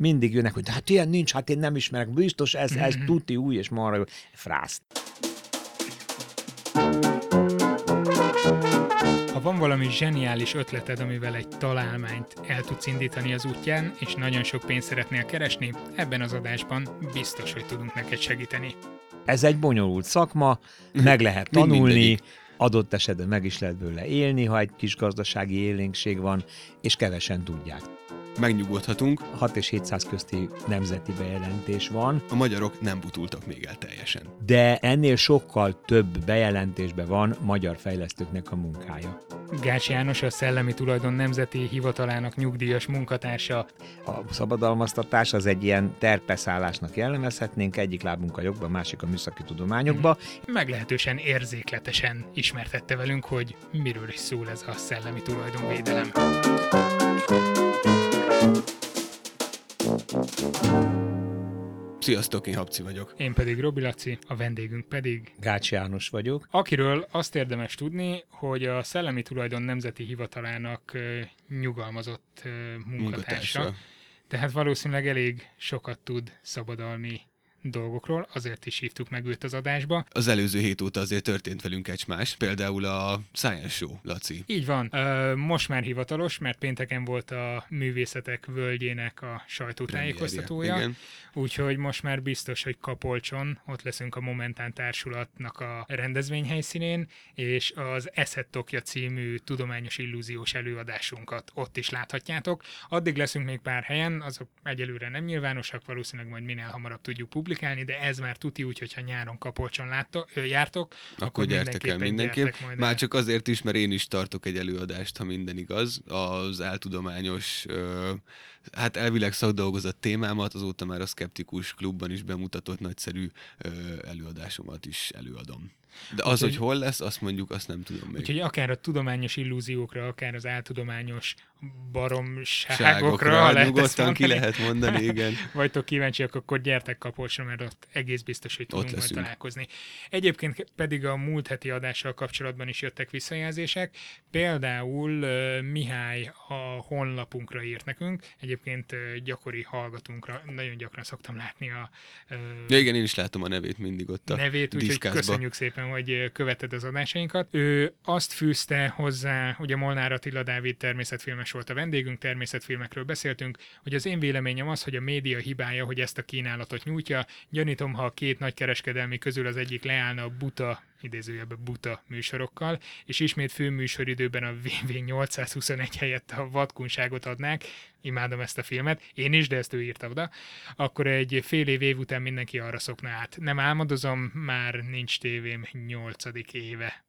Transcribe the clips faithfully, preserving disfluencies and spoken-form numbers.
mindig jönnek, hogy hát ilyen nincs, hát én nem ismerek, biztos ez, ez tuti új és marha jó. Frászt. Ha van valami zseniális ötleted, amivel egy találmányt el tudsz indítani az útján, és nagyon sok pénzt szeretnél keresni, ebben az adásban biztos, hogy tudunk neked segíteni. Ez egy bonyolult szakma, meg lehet tanulni, adott esetben meg is lehet bőle élni, ha egy kis gazdasági élénkség van, és kevesen tudják. Megnyugodhatunk. hat és hétszáz közti nemzeti bejelentés van. A magyarok nem butultak még el teljesen. De ennél sokkal több bejelentésben van magyar fejlesztőknek a munkája. Gács János a Szellemi Tulajdon Nemzeti Hivatalának nyugdíjas munkatársa. A szabadalmaztatás az egy ilyen terpeszállásnak jellemezhetnénk, egyik lábunk a jogba, másik a műszaki tudományokba. Meglehetősen érzékletesen ismertette velünk, hogy miről is szól ez a szellemi tulajdonvédelem. Sziasztok, én Habci vagyok. Én pedig Robi Laci, a vendégünk pedig Gács János vagyok. Akiről azt érdemes tudni, hogy a Szellemi Tulajdon Nemzeti Hivatalának uh, nyugalmazott uh, munkatársa. munkatársa. Tehát valószínűleg elég sokat tud szabadalmi dolgokról, azért is hívtuk meg őt az adásba. Az előző hét óta azért történt velünk egymás, például a Science Show, Laci. Így van. Most már hivatalos, mert pénteken volt a Művészetek Völgyének a sajtótájékoztatója, úgyhogy most már biztos, hogy Kapolcson, ott leszünk a Momentán Társulatnak a rendezvényhelyszínén, és az Eszettokja című tudományos illúziós előadásunkat ott is láthatjátok. Addig leszünk még pár helyen, azok egyelőre nem nyilvánosak, valószínűleg majd minél hamarabb tudjuk publikálni, de ez már tuti, úgyhogy ha nyáron Kapolcson láttok, jártok, akkor, akkor gyertek el mindenképp. Már el. Csak azért is, mert én is tartok egy előadást, ha minden igaz, az áltudományos, hát elvileg szakdolgozat témámat, azóta már a Szkeptikus Klubban is bemutatott nagyszerű előadásomat is előadom. De az, úgy, hogy hol lesz, azt mondjuk, azt nem tudom még. Úgyhogy akár a tudományos illúziókra, akár az áltudományos baromságokra, ha lehet nyugodtan ki lehet mondani, igen. Vagytok kíváncsiak, akkor gyertek Kapolcsra, mert ott egész biztos, hogy tudunk majd találkozni. Egyébként pedig a múlt heti adással kapcsolatban is jöttek visszajelzések. Például uh, Mihály a honlapunkra írt nekünk, egyébként uh, gyakori hallgatónkra, nagyon gyakran szoktam látni a uh, ja, igen, én is látom a nevét mindig ott a nevét, úgyhogy köszönjük szépen, hogy követed az adásainkat. Ő azt fűzte hozzá, ugye Molnár Attila Dávid természetfilmes volt a vendégünk, természetfilmekről beszéltünk, hogy az én véleményem az, hogy a média hibája, hogy ezt a kínálatot nyújtja. Gyanítom, ha a két nagy kereskedelmi közül az egyik leállna a buta, idézőjelben buta műsorokkal, és ismét főműsoridőben a vé vé nyolcszázhuszonegy helyett a vadkunságot adnák, imádom ezt a filmet, én is, de ezt ő írta oda, akkor egy fél év év után mindenki arra szokna át. Nem álmodozom, már nincs tévém nyolcadik éve.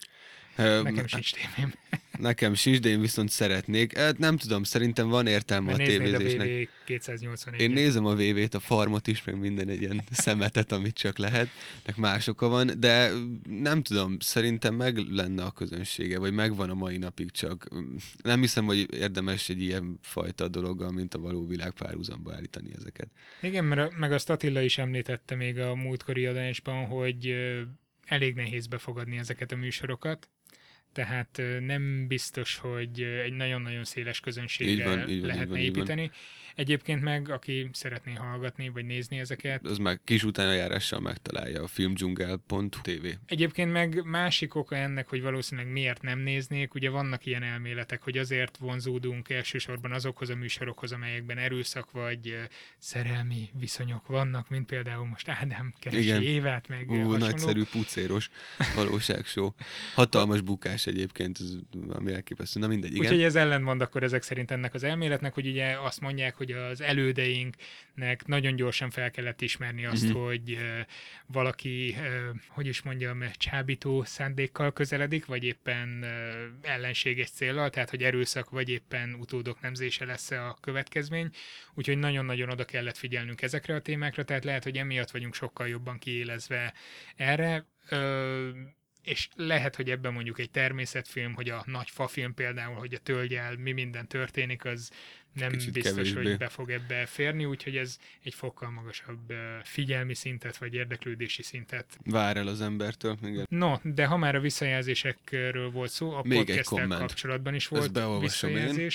Nekem sincs tévém. Nekem sincs, de én viszont szeretnék. Nem tudom, szerintem van értelme a tévézésnek. A vé vé kétszáznyolcvannégy. Én nézem a vé vét, a Farmot is, meg minden egy ilyen szemetet, amit csak lehet, meg más oka van, de nem tudom, szerintem meg lenne a közönsége, vagy megvan a mai napig, csak nem hiszem, hogy érdemes egy ilyen fajta dologgal, mint a való világ párhuzamba állítani ezeket. Igen, mert meg azt Attila is említette még a múltkori adásban, hogy elég nehéz befogadni ezeket a műsorokat. Tehát nem biztos, hogy egy nagyon-nagyon széles közönségre van, lehetne így van, építeni. Így van. Egyébként meg, aki szeretné hallgatni, vagy nézni ezeket... Az már kis utánajárással megtalálja a filmdzsungel pont té vé. Egyébként meg másik oka ennek, hogy valószínűleg miért nem néznék, ugye vannak ilyen elméletek, hogy azért vonzódunk elsősorban azokhoz a műsorokhoz, amelyekben erőszak vagy szerelmi viszonyok vannak, mint például most Ádám keresi Évát, meg Ú, hasonló. Nagyszerű pucéros valóságshow. Hatalmas bukás egyébként, ez valami elképesztő. Na mindegy, igen. Úgyhogy ez ellentmond akkor ezek szerint ennek az elméletnek, hogy ugye azt mondják, hogy az elődeinknek nagyon gyorsan fel kellett ismerni azt, uh-huh. hogy uh, valaki, uh, hogy is mondjam, csábító szándékkal közeledik, vagy éppen uh, ellenséges céllal, tehát hogy erőszak, vagy éppen utódok nemzése lesz a következmény. Úgyhogy nagyon-nagyon oda kellett figyelnünk ezekre a témákra, tehát lehet, hogy emiatt vagyunk sokkal jobban kiélezve erre. Uh, és lehet, hogy ebben mondjuk egy természetfilm, hogy a nagy fafilm például, hogy a tölgyel mi minden történik, az nem Kicsit biztos, kevésbé. hogy be fog ebbe férni, úgyhogy ez egy fokkal magasabb figyelmi szintet, vagy érdeklődési szintet vár el az embertől. Igen. No, de ha már a visszajelzésekről volt szó, a Még podcasttel kapcsolatban is volt visszajelzés. Én.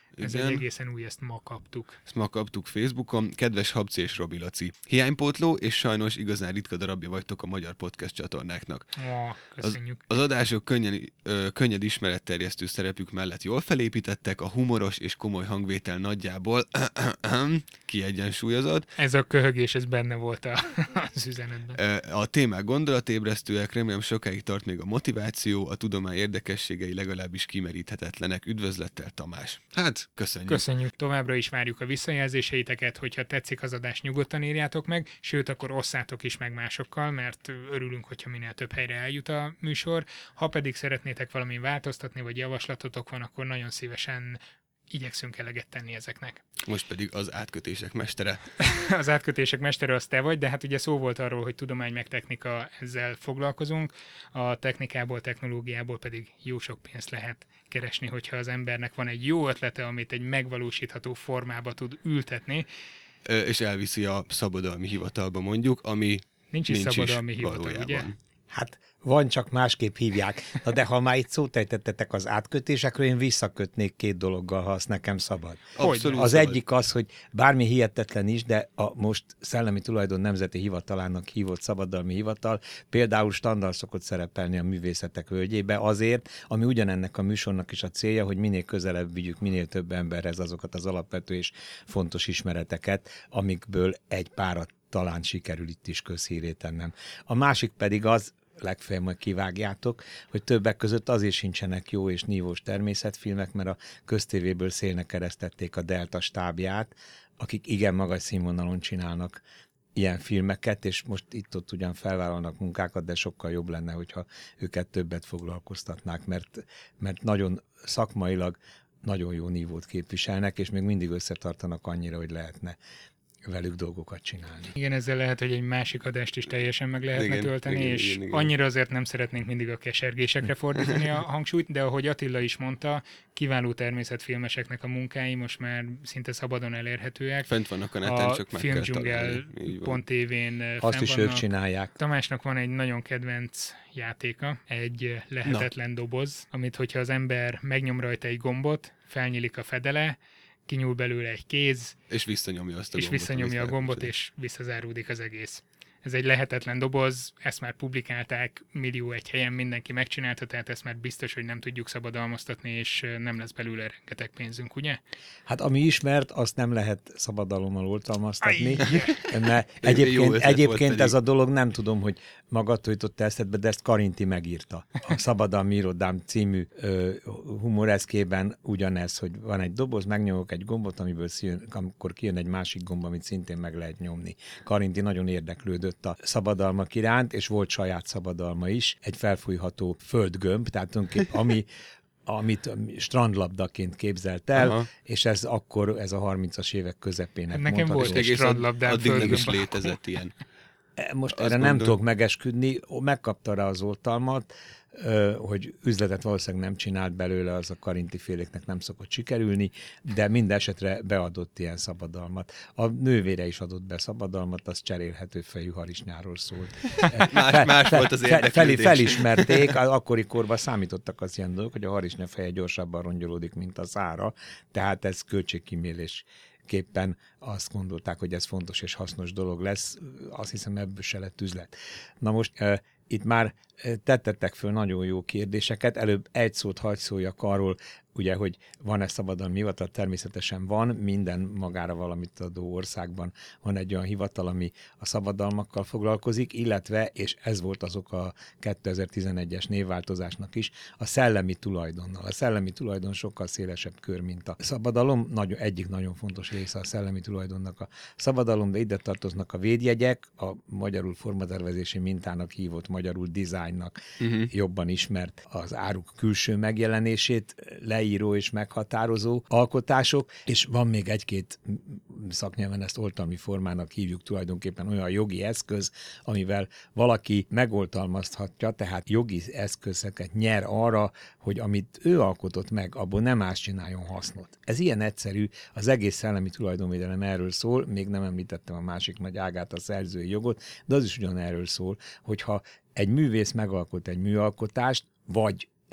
Ez Igen. egy egészen új, ezt ma kaptuk. Ezt ma kaptuk Facebookon. Kedves Habci és Robi Laci. Hiánypótló, és sajnos igazán ritka darabja vagytok a magyar podcast csatornáknak. Ó, köszönjük. Az, az adások könnyen, ö, könnyed ismeretterjesztő szerepük mellett jól felépítettek, a humoros és komoly hangvétel nagyjából kiegyensúlyozott. Ez a köhögés, ez benne volt a, az üzenetben. A témák gondolatébresztőek, remélem sokáig tart még a motiváció, a tudomány érdekességei legalábbis kimeríthetetlenek. Üdvözlettel, Tamás. Hát, köszönjük. Köszönjük. Továbbra is várjuk a visszajelzéseiteket, hogyha tetszik az adás, nyugodtan írjátok meg, sőt, akkor osszátok is meg másokkal, mert örülünk, hogyha minél több helyre eljut a műsor. Ha pedig szeretnétek valamin változtatni, vagy javaslatotok van, akkor nagyon szívesen igyekszünk eleget tenni ezeknek. Most pedig az átkötések mestere. Az átkötések mestere az te vagy, de hát ugye szó volt arról, hogy tudomány meg technika, ezzel foglalkozunk, a technikából, technológiából pedig jó sok pénzt lehet keresni, hogyha az embernek van egy jó ötlete, amit egy megvalósítható formába tud ültetni. Ö, és elviszi a szabadalmi hivatalba mondjuk, ami nincs is nincs szabadalmi is hivatal, valójában. ugye? Hát van, csak másképp hívják. Na de ha már itt szót ejtettetek az átkötésekről, én visszakötnék két dologgal, ha azt nekem szabad. Abszolút Az szabad. egyik az, hogy bármi hihetetlen is, de a most Szellemi Tulajdon Nemzeti Hivatalának hívott szabadalmi hivatal például standard szokott szerepelni a művészetek völgyébe azért, ami ugyanennek a műsornak is a célja, hogy minél közelebb vigyük minél több emberhez azokat az alapvető és fontos ismereteket, amikből egy párat talán sikerül itt is közhírét tennem. A másik pedig az, legfeljebb majd kivágjátok, hogy többek között azért sincsenek jó és nívós természetfilmek, mert a köztévéből szélnek keresztették a Delta stábját, akik igen magas színvonalon csinálnak ilyen filmeket, és most itt-ott ugyan felvállalnak munkákat, de sokkal jobb lenne, hogyha őket többet foglalkoztatnák, mert, mert nagyon szakmailag nagyon jó nívót képviselnek, és még mindig összetartanak annyira, hogy lehetne velük dolgokat csinálni. Igen, ezzel lehet, hogy egy másik adást is teljesen meg lehetne Igen, tölteni, igen, és igen, igen. annyira azért nem szeretnénk mindig a kesergésekre fordítani a hangsúlyt, de ahogy Attila is mondta, kiváló természetfilmeseknek a munkái most már szinte szabadon elérhetőek. Fent vannak a neten, A csak meg kell találni. Így van. filmdzsungel pont té vén Azt is ők csinálják. Tamásnak van egy nagyon kedvenc játéka, egy lehetetlen Na. doboz, amit hogyha az ember megnyom rajta egy gombot, felnyílik a fedele, kinyúl belőle egy kéz, és visszanyomja azt a és gombot. visszanyomja a amit gombot, felkapcsolja. és visszazáródik az egész. Ez egy lehetetlen doboz, ezt már publikálták millió egy helyen, mindenki megcsinálta, tehát ezt már biztos, hogy nem tudjuk szabadalmaztatni, és nem lesz belőle rengeteg pénzünk, ugye? Hát ami ismert, azt nem lehet szabadalommal oltalmaztatni, mert Jó egyébként, ötlet egyébként volt ez a dolog, nem tudom, hogy magadtól jutott eszedbe, de ezt Karinti megírta. A Szabadalmi Irodám című ö, humoreszkében ugyanez, hogy van egy doboz, megnyomok egy gombot, amiből szíjön, amikor kijön egy másik gomb, amit szintén meg lehet nyomni. Karinti nagyon érdeklődött a szabadalmak iránt, és volt saját szabadalma is, egy felfújható földgömb, tehát tulajdonképpen ami amit strandlabdaként képzelt el, Aha. és ez akkor, ez a harmincas évek közepének Nekem mondható. volt egy strandlabdám addig nem is földgömb. létezett ilyen. Most Azt erre nem gondolom. tudok megesküdni, megkapta rá az oltalmat, hogy üzletet valószínűleg nem csinált belőle, az a Karinti féléknek nem szokott sikerülni, de minden esetre beadott ilyen szabadalmat. A nővére is adott be szabadalmat, az cserélhető fejű harisnyáról szólt. Más, más volt az Fel, érdeklődés. felismerték, akkori korban számítottak az ilyen dolgok, hogy a harisnya feje gyorsabban rongyolódik, mint a szára, tehát ez költségkímélés képpen azt gondolták, hogy ez fontos és hasznos dolog lesz, azt hiszem ebből se lett üzlet. Na most uh, itt már tettettek föl nagyon jó kérdéseket, előbb egy szót hagy szóljak arról, ugye, hogy van-e szabadalmi hivatal, természetesen van, minden magára valamit adó országban van egy olyan hivatal, ami a szabadalmakkal foglalkozik, illetve, és ez volt azok a kétezer-tizenegyes névváltozásnak is, a szellemi tulajdonnal. A szellemi tulajdon sokkal szélesebb kör, mint a szabadalom, nagyon, egyik nagyon fontos része a szellemi tulajdonnak a szabadalom, de ide tartoznak a védjegyek, a magyarul formatervezési mintának hívott magyarul designnak uh-huh. jobban ismert az áruk külső megjelenését leíró és meghatározó alkotások, és van még egy-két szaknyelven ezt oltalmi formának hívjuk, tulajdonképpen olyan jogi eszköz, amivel valaki megoltalmazhatja, tehát jogi eszközöket nyer arra, hogy amit ő alkotott meg, abból nem más csináljon hasznot. Ez ilyen egyszerű, az egész szellemi tulajdonvédelem erről szól, még nem említettem a másik nagy ágát, a szerzői jogot, de az is ugyanerről szól, hogyha egy művész megalkot egy műalkotást, vagy egy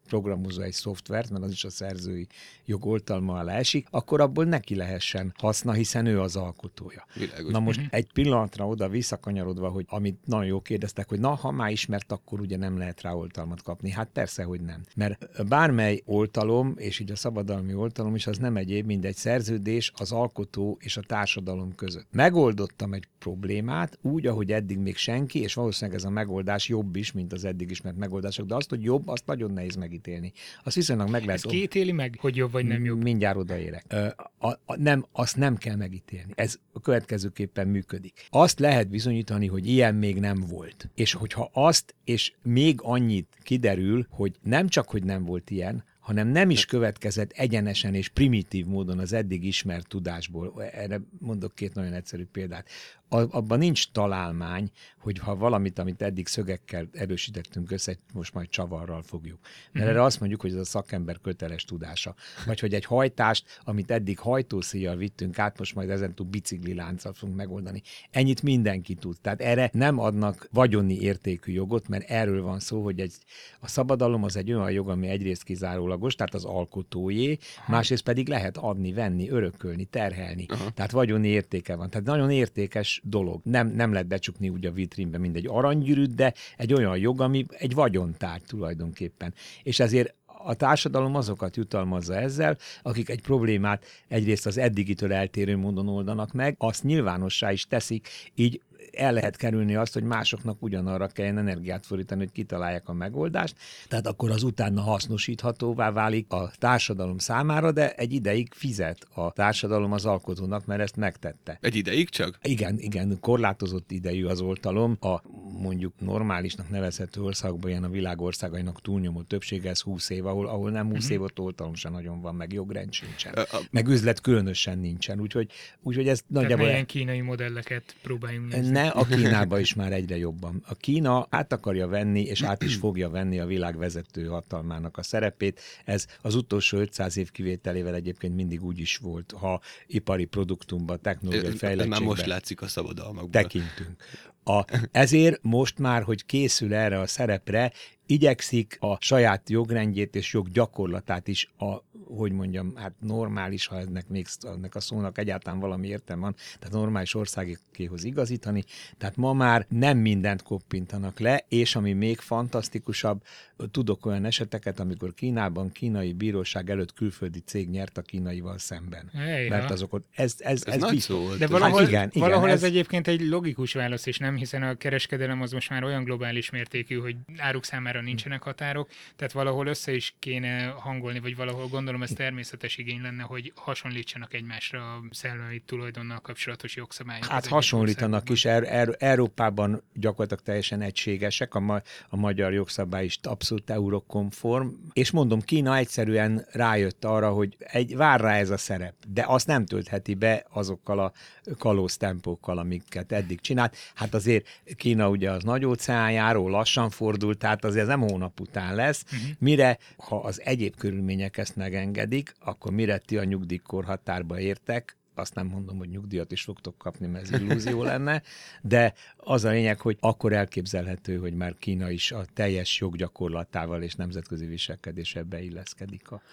programozó egy szoftvert, mert az is a szerzői jog oltalma alá esik, akkor abból neki lehessen haszna, hiszen ő az alkotója. Világos. Na most egy pillanatra oda visszakanyarodva, hogy amit nagyon jó kérdeztek, hogy na, ha már ismert, akkor ugye nem lehet rá oltalmat kapni. Hát persze, hogy nem. Mert bármely oltalom, és így a szabadalmi oltalom is, az nem egyéb, mint egy szerződés az alkotó és a társadalom között. Megoldottam egy problémát úgy, ahogy eddig még senki, és valószínűleg ez a megoldás jobb is, mint az eddig ismert megoldások, de azt, hogy jobb, azt nagyon nehéz megítélni. Azt viszonylag meg lehet... Ez kétéli meg, hogy jobb vagy nem jobb? Mindjárt odaérek. A, a, nem, azt nem kell megítélni. Ez a következőképpen működik. Azt lehet bizonyítani, hogy ilyen még nem volt. És hogyha azt, és még annyit kiderül, hogy nem csak, hogy nem volt ilyen, hanem nem is következett egyenesen és primitív módon az eddig ismert tudásból. Erre mondok két nagyon egyszerű példát. Abban nincs találmány, hogy ha valamit, amit eddig szögekkel erősítettünk össze, most majd csavarral fogjuk. Mert mm-hmm. erre azt mondjuk, hogy ez a szakember köteles tudása. Vagy hogy egy hajtást, amit eddig hajtószíjjal vittünk át, most majd ezentúl biciklilánccal fogunk megoldani. Ennyit mindenki tud. Tehát erre nem adnak vagyoni értékű jogot, mert erről van szó, hogy egy, a szabadalom az egy olyan jog, ami egyrészt kizárólagos, tehát az alkotójé, másrészt pedig lehet adni, venni, örökölni, terhelni. Aha. Tehát vagyoni értéke van. Tehát nagyon értékes dolog. Nem, nem lehet becsukni úgy a vitrínbe, mint egy aranygyűrűt, de egy olyan jog, ami egy vagyontárgy tulajdonképpen. És ezért a társadalom azokat jutalmazza ezzel, akik egy problémát egyrészt az eddigitől eltérő módon oldanak meg, azt nyilvánossá is teszik, így el lehet kerülni azt, hogy másoknak ugyanarra kelljen energiát fordítani, hogy kitalálják a megoldást, tehát akkor az utána hasznosíthatóvá válik a társadalom számára, de egy ideig fizet a társadalom az alkotónak, mert ezt megtette. Egy ideig csak? Igen, igen, korlátozott idejű az oltalom. A mondjuk normálisnak nevezhető országban, ilyen a világ országainak túlnyomó többsége, ez húsz év, ahol, ahol nem húsz év, ott oltalom sem nagyon van, meg jogrend sincsen. A, a... Meg üzlet különösen nincsen, úgyhogy, úgyhogy ez nagyjából... Tehát kínai modelleket próbáljunk nézni. Ne, a Kínában is már egyre jobban. A Kína át akarja venni, és át is fogja venni a világ vezető hatalmának a szerepét. Ez az utolsó ötszáz év kivételével egyébként mindig úgy is volt, ha ipari produktumban, technológiai fejlettségben... Már most látszik a szabadalmakban. Tekintünk. A, ezért most már, hogy készül erre a szerepre, igyekszik a saját jogrendjét és joggyakorlatát is a, hogy mondjam, hát normális, ha ennek még ennek a szónak egyáltalán valami értelme van, tehát normális országokéhoz igazítani. Tehát ma már nem mindent koppintanak le, és ami még fantasztikusabb, tudok olyan eseteket, amikor Kínában kínai bíróság előtt külföldi cég nyert a kínaival szemben. Ejha. Mert azok ez, ez, ez, ez nagy szó. De valahol, hát igen, igen, valahol ez, ez egyébként egy logikus válasz is, nem? Hiszen a kereskedelem az most már olyan globális mértékű, hogy áruk számára nincsenek határok, tehát valahol össze is kéne hangolni, vagy valahol gondolom ez természetes igény lenne, hogy hasonlítsanak egymásra a szellemi tulajdonnal kapcsolatos jogszabályok. Hát hasonlítanak is, er, er, Európában gyakorlatilag teljesen egységesek, a, ma, a magyar jogszabály is abszolút eurokonform, és mondom, Kína egyszerűen rájött arra, hogy egy, vár rá ez a szerep, de azt nem töltheti be azokkal a kalóz tempókkal, amiket eddig csinált. Hát azért Kína ugye az nagy óceánjáró, lassan fordult, tehát azért ez nem hónap után lesz. Uh-huh. Mire, ha az egyéb körülmények ezt megengedik, akkor mire ti a nyugdíjkorhatárba értek, azt nem mondom, hogy nyugdíjat is fogtok kapni, mert ez illúzió lenne, de az a lényeg, hogy akkor elképzelhető, hogy már Kína is a teljes joggyakorlatával és nemzetközi viselkedéssel beilleszkedik a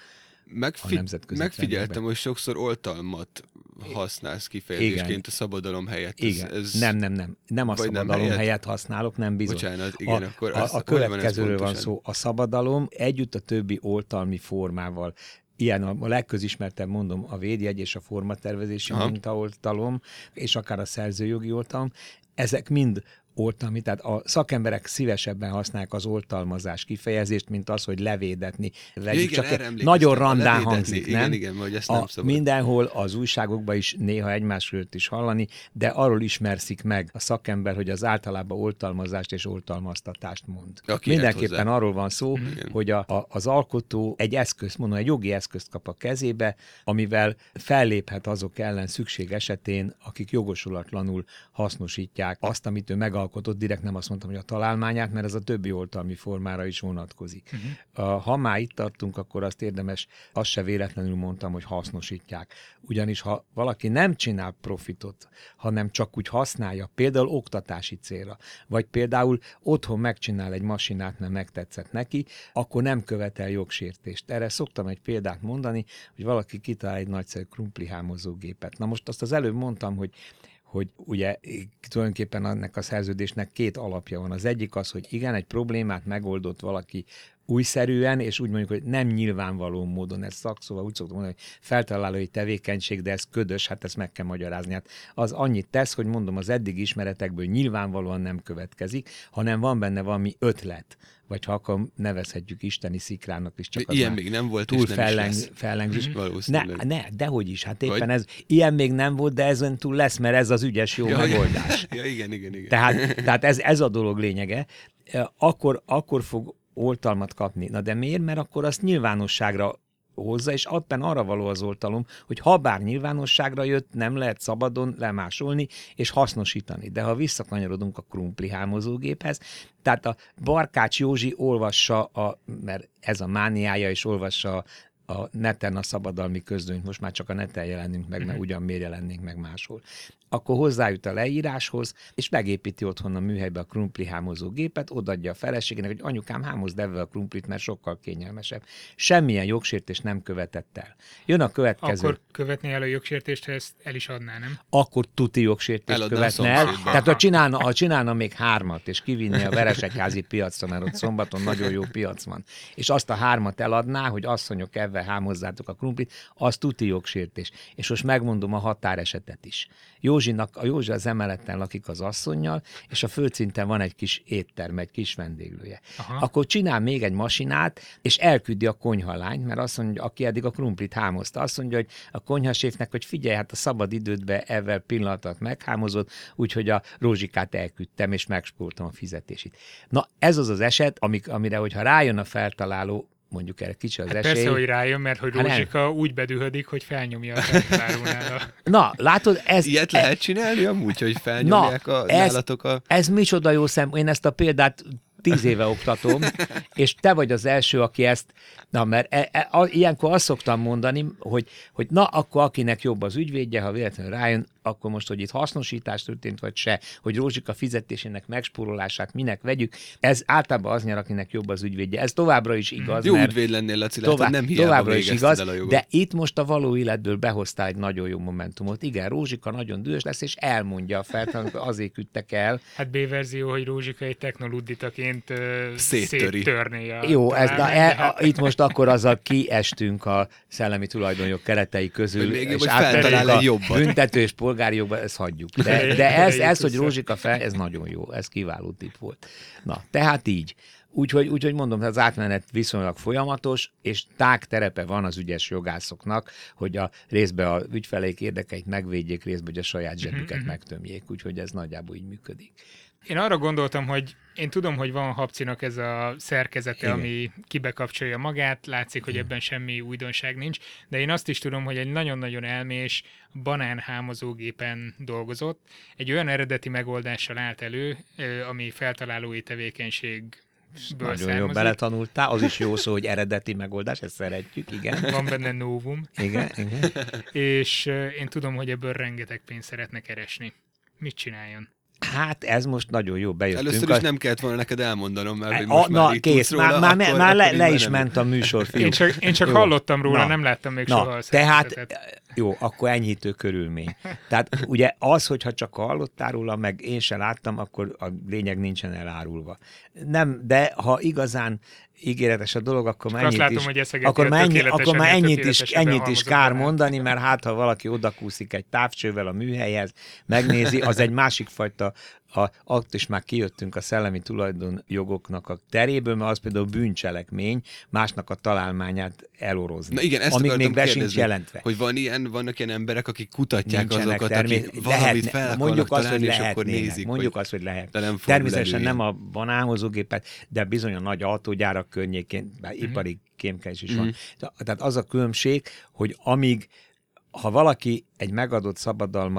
Megfi- Megfigyeltem, hogy sokszor oltalmat használsz kifejezésként igen. a szabadalom helyett. Ez, igen. ez... Nem, nem, nem. Nem a szabadalom nem helyett? helyett használok, nem bizony. Bocsánat, igen, a, akkor a, azt, a következőről van szó. A szabadalom együtt a többi oltalmi formával, ilyen a, a legközismertebb, mondom, a védjegy és a formatervezési mintaoltalom, és akár a szerzőjogi oltalom, ezek mind oltalmi, tehát a szakemberek szívesebben használják az oltalmazás kifejezést, mint az, hogy levédetni. Ja, igen, csak nagyon randán hangzik, igen, nem? Igen, hogy ezt nem a, mindenhol az újságokban is néha egymásról is hallani, de arról ismerszik meg a szakember, hogy az általában oltalmazást és oltalmaztatást mond. Aki Mindenképpen arról van szó, igen. hogy a, a, az alkotó egy eszközt, mondom, egy jogi eszközt kap a kezébe, amivel felléphet azok ellen szükség esetén, akik jogosulatlanul hasznosítják azt, amit ő megalkotott alkotott, direkt nem azt mondtam, hogy a találmányát, mert ez a többi oltalmi formára is vonatkozik. Uh-huh. Ha már itt tartunk, akkor azt érdemes, azt se véletlenül mondtam, hogy hasznosítják. Ugyanis ha valaki nem csinál profitot, hanem csak úgy használja, például oktatási célra, vagy például otthon megcsinál egy masinát, mert megtetszett neki, akkor nem követel jogsértést. Erre szoktam egy példát mondani, hogy valaki kitalál egy nagyszerű krumplihámozógépet. Na most azt az előbb mondtam, hogy hogy ugye tulajdonképpen ennek a szerződésnek két alapja van. Az egyik az, hogy igen, egy problémát megoldott valaki újszerűen, és úgy mondjuk, hogy nem nyilvánvaló módon, ez szakszóval úgy szoktam mondani, hogy feltalálói tevékenység, de ez ködös, hát ezt meg kell magyarázni. Hát az annyit tesz, hogy mondom, az eddig ismeretekből nyilvánvalóan nem következik, hanem van benne valami ötlet, vagy ha akkor nevezhetjük isteni szikrának is, csak az ilyen még nem volt, túl és nem felleng, is lesz. fellengzés. Ne, ne, dehogy is, hát éppen vagy? ez, ilyen még nem volt, de ezen túl lesz, mert ez az ügyes jó ja, megoldás. Ja, igen, igen, igen. Tehát, tehát ez, ez a dolog lényege. Akkor, akkor fog oltalmat kapni. Na de miért? Mert akkor azt nyilvánosságra hozza, és abban arra való az oltalom, hogy ha bár nyilvánosságra jött, nem lehet szabadon lemásolni és hasznosítani. De ha visszakanyarodunk a krumplihámozógéphez, tehát a Barkács Józsi olvassa, a, mert ez a mániája, és olvassa a neten a szabadalmi közlönyt, most már csak a neten jelenünk meg, mert ugyan miért jelennénk meg máshol. Akkor hozzájut a leíráshoz, és megépíti otthon a műhelybe a krumplihámozó gépet, odaadja a feleségének, hogy anyukám, hámozd ebben a krumplit, mert sokkal kényelmesebb. Semmilyen jogsértést nem követett el. Jön a következő. Akkor követné el a jogsértést, ha ezt el is adná, nem? Akkor tuti jogsértést Eladná követne el. Tehát ha csinálna, ha csinálna még hármat, és kivinné a Veresegyházi piacra, mert ott szombaton nagyon jó piac van, és azt a hármat eladná, hogy asszonyok, ebben hámozzátok a krumplit, az tuti jogsértés. És most megmondom a határesetet is. Józsinak, a Józsi az emeleten lakik az asszonnyal, és a földszinten van egy kis étterme, egy kis vendéglője. Aha. Akkor csinál még egy masinát, és elküldi a konyhalányt, mert azt mondja, aki eddig a krumplit hámozta, azt mondja, hogy a konyhaséfnek, hogy figyelj, hát a szabad idődbe ezzel pillanatot meghámozott, úgyhogy a Rózsikát elküldtem, és megspóroltam a fizetését. Na, ez az az eset, amik, amire, hogyha rájön a feltaláló, mondjuk erre kicsi az hát esély. Persze, hogy rájön, mert hogy Rózsika hát úgy bedühödik, hogy felnyomja a feltalálónál. Na, látod, ez... Ilyet e... lehet csinálni amúgy, hogy felnyomják Na, a ez, nálatok a... ez micsoda jó szem, én ezt a példát tíz éve oktatom, és te vagy az első, aki ezt, na, mert e, e, a, ilyenkor azt szoktam mondani, hogy, hogy na, akkor akinek jobb az ügyvédje, ha véletlenül rájön, akkor most, hogy itt hasznosítás történt, vagy se, hogy Rózsika fizetésének megspórolását minek vegyük, ez általában az nyer, akinek jobb az ügyvédje. Ez továbbra is igaz. Jó ügyvéd lennél, Laci, tovább, nem hiába továbbra is igaz, el a jogot. De itt most a való életből behoztál egy nagyon jó momentumot. Igen, Rózsika nagyon dühös lesz, és elmondja a feltalálók, azért küldtek el. Hát B-verzió, hogy Rózsika egy technoluditaként uh, Széttöri. széttörné a... Jó, ez, na, el, a, itt most akkor azzal kiestünk a szellemi tulajdonjog keretei közül, még és jobb, átmenünk a jobban. büntető és polgári jogban, ezt hagyjuk. De, de ez, ez, hogy Rózsika fel, ez nagyon jó, ez kiváló tipp volt. Na, tehát így. Úgyhogy, úgyhogy mondom, az átmenet viszonylag folyamatos, és tág terepe van az ügyes jogászoknak, hogy a részbe a ügyfeleik érdekeit megvédjék, részbe, hogy a saját zsebüket megtömjék. Úgyhogy ez nagyjából így működik. Én arra gondoltam, hogy én tudom, hogy van Habcinak ez a szerkezete, igen, ami kibekapcsolja magát, látszik, hogy ebben semmi újdonság nincs, de én azt is tudom, hogy egy nagyon-nagyon elmés banánhámozógépen dolgozott, egy olyan eredeti megoldással állt elő, ami feltalálói tevékenység nagyon származik. jó beletanultál, az is jó szó, hogy eredeti megoldás, ezt szeretjük, igen. Van benne novum. Igen, igen. És én tudom, hogy ebből rengeteg pénzt szeretne keresni. Mit csináljon? Hát ez most nagyon jó, bejöttünk. Először is nem kellett volna neked elmondanom, mert hogy a, most na, már itt kész, róla, már, már, akkor, már le, akkor le is nem. ment a műsor, fiú. Én csak, én csak hallottam róla, na, nem láttam még na, soha a tehát, szerkezetet. jó, akkor enyhítő körülmény. Tehát ugye az, hogyha csak hallottál róla, meg én se láttam, akkor a lényeg nincsen elárulva. Nem, de ha igazán ígéretes a dolog, akkor már ennyit látom, is, hogy akkor már ennyi, akkor már ennyit is, ennyit is halmozott kár banán. mondani, mert hát, ha valaki odakúszik egy távcsővel a műhelyhez, megnézi, az egy másik fajta, a, ott is már kijöttünk a szellemi tulajdonjogoknak a teréből, mert az például bűncselekmény, másnak a találmányát elorozni. Na igen, ezt amíg akartam még be sincs kérdezni, jelentve. hogy van ilyen, vannak ilyen emberek, akik kutatják Nincsenek azokat, termé- akik valamit lehetne, fel akarnak mondjuk azt, találni, hogy és akkor nézik. Mondjuk hogy azt, hogy lehet. de nem Természetesen elő nem a banánhozógépet, de bizony a nagy autógyárak környékén, bár mm-hmm. ipari kémkedés is mm-hmm. van. Tehát az a különbség, hogy amíg, ha valaki egy megadott szabadalmat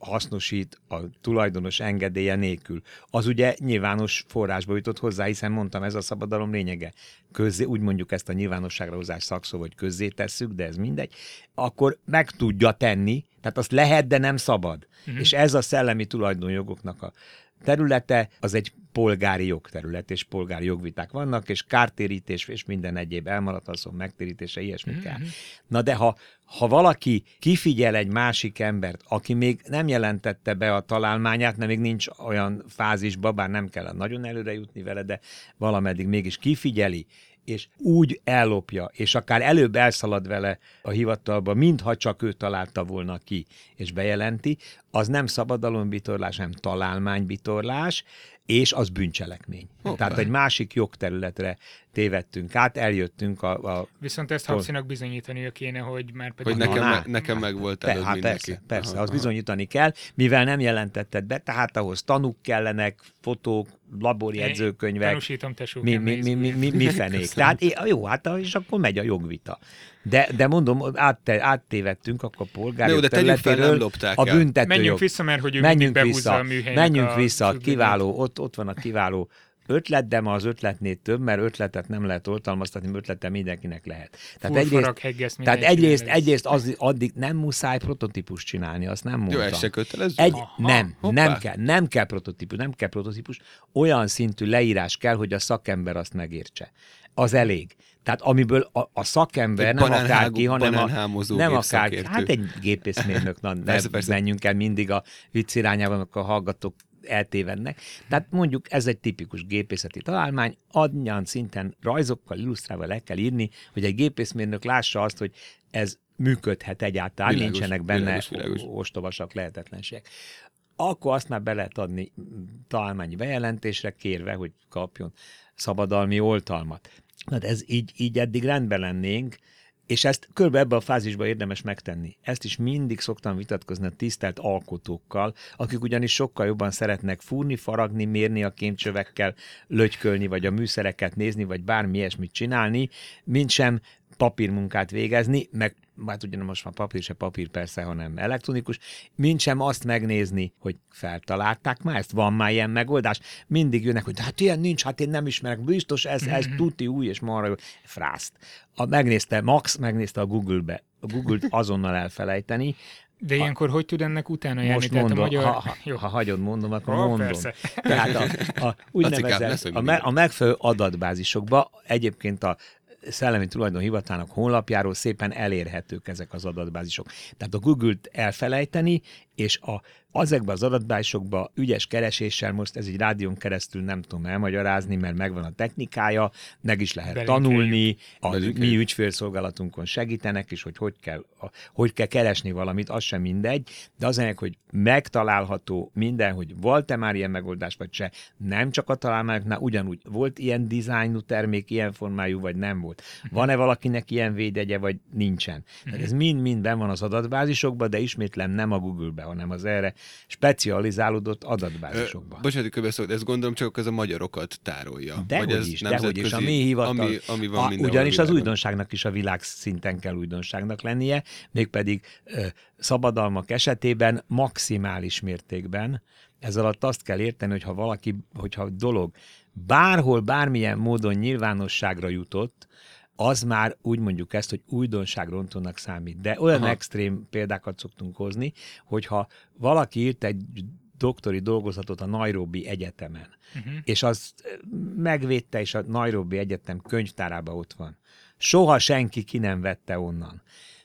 hasznosít a tulajdonos engedélye nélkül. Az ugye nyilvános forrásba jutott hozzá, hiszen mondtam, ez a szabadalom lényege. Közzé, úgy mondjuk ezt a nyilvánosságra hozás szakszó, vagy közzé tesszük, de ez mindegy, akkor meg tudja tenni, tehát azt lehet, de nem szabad. Uh-huh. És ez a szellemi tulajdonjogoknak a területe, az egy polgári jogterület, és polgári jogviták vannak, és kártérítés, és minden egyéb elmaradhaszon, megtérítése, ilyesmi mm-hmm. kell. Na de ha, ha valaki kifigyel egy másik embert, aki még nem jelentette be a találmányát, mert még nincs olyan fázisba, bár nem kell nagyon előre jutni vele, de valameddig mégis kifigyeli, és úgy ellopja, és akár előbb elszalad vele a hivatalba, mintha csak ő találta volna ki, és bejelenti, az nem szabadalombitorlás, hanem találmánybitorlás, és az bűncselekmény. Hoppá. Tehát egy másik jogterületre tévedtünk át, eljöttünk a... a Viszont ezt Habszinak bizonyítania kéne, hogy már pedig... Hogy nekem, me, nekem meg volt előbb hát mindenki. Persze, persze aha, az aha. bizonyítani kell, mivel nem jelentetted be, tehát ahhoz tanúk kellenek, fotók, laborjegyzőkönyvek. Tanúsítom, tesók. Mi, mi, mi, mi, mi, mi fenék. Tehát jó, hát és akkor megy a jogvita. De, de mondom, átte, áttévedtünk akkor a polgári de területéről a büntetőjog. Menjünk vissza, mert hogy ő menjünk mindig behúzza a műhelynek. Menjünk a vissza, kiváló, ott, ott van a kiváló ötlet, de ma az ötletnél több, mert ötletet nem lehet oltalmaztatni, mert ötlete mindenkinek lehet. Tehát egyrészt, heggeszt, tehát egyrészt, egyrészt az, addig nem muszáj prototípust csinálni, azt nem mondtam. Jó, ez se kötelező? Egy, nem, nem kell, nem kell prototípus, nem kell prototípus. Olyan szintű leírás kell, hogy a szakember azt megértse. Az elég. Tehát amiből a, a szakember egy nem akárki, hanem a, nem akárki, hát egy gépészmérnök, na, ne persze, persze. menjünk el mindig a vicc irányában, amikor a hallgatók eltévednek. Tehát mondjuk ez egy tipikus gépészeti találmány, annyian szinten rajzokkal, illusztrálva le kell írni, hogy egy gépészmérnök lássa azt, hogy ez működhet egyáltalán, világos, nincsenek benne világos, világos. ostobasak, lehetetlenségek. Akkor azt már be lehet adni találmányi bejelentésre, kérve, hogy kapjon szabadalmi oltalmat. Hát ez így, így eddig rendben lennénk, és ezt körülbelül ebben a fázisban érdemes megtenni. Ezt is mindig szoktam vitatkozni a tisztelt alkotókkal, akik ugyanis sokkal jobban szeretnek fúrni, faragni, mérni a kémcsövekkel, lögykölni, vagy a műszereket nézni, vagy bármi ilyesmit csinálni, mint sem papírmunkát végezni, meg hát ugyan most már papír se papír persze, hanem elektronikus, mint sem azt megnézni, hogy feltalálták már ezt, van már ilyen megoldás. Mindig jönnek, hogy hát ilyen nincs, hát én nem ismerek, biztos ez, ez tuti új, és marra jó. Frászt. A, megnézte, Max megnézte a Google-be, a Google-t azonnal elfelejteni. De ilyenkor hogy tud ennek utána járni? Most mondom, a magyar... ha, ha, ha hagyod mondom, akkor oh, mondom. Persze. Tehát a, a, úgynevezett, a, me, a megfelelő adatbázisokba egyébként a Szellemi Tulajdonhivatalnak honlapjáról szépen elérhetők ezek az adatbázisok. Tehát a Google-t elfelejteni, és a, azekben az adatbázisokban ügyes kereséssel, most ez egy rádión keresztül nem tudom elmagyarázni, mert megvan a technikája, meg is lehet Belinkeljük. tanulni, a Belinkeljük. mi ügyfélszolgálatunkon segítenek is, hogy hogy kell, a, hogy kell keresni valamit, az sem mindegy, de az ennek, hogy megtalálható minden, hogy volt-e már ilyen megoldás, vagy se, nem csak a találmányoknál, ugyanúgy volt ilyen dizájnú termék, ilyen formájú, vagy nem volt. Van-e valakinek ilyen védjegye, vagy nincsen. Tehát ez mind-mind benn van az adatbázisokban, de ismétlem nem a Google-be, hanem az erre specializálódott adatbázisokban. Bocsánat, közbeszólt, ezt gondolom csak ez a magyarokat tárolja. Dehogy is, dehogy is. A mi hivatal, ami, ami van a, ugyanis az újdonságnak is a világszinten kell újdonságnak lennie, mégpedig ö, szabadalmak esetében maximális mértékben. Ez alatt azt kell érteni, hogy ha valaki, hogyha a dolog bárhol, bármilyen módon nyilvánosságra jutott, az már úgy mondjuk ezt, hogy újdonságrontónak számít. De olyan Aha. extrém példákat szoktunk hozni, hogyha valaki írt egy doktori dolgozatot a Nairobi Egyetemen, uh-huh. és az megvédte, és a Nairobi Egyetem könyvtárában ott van. Soha senki ki nem vette onnan.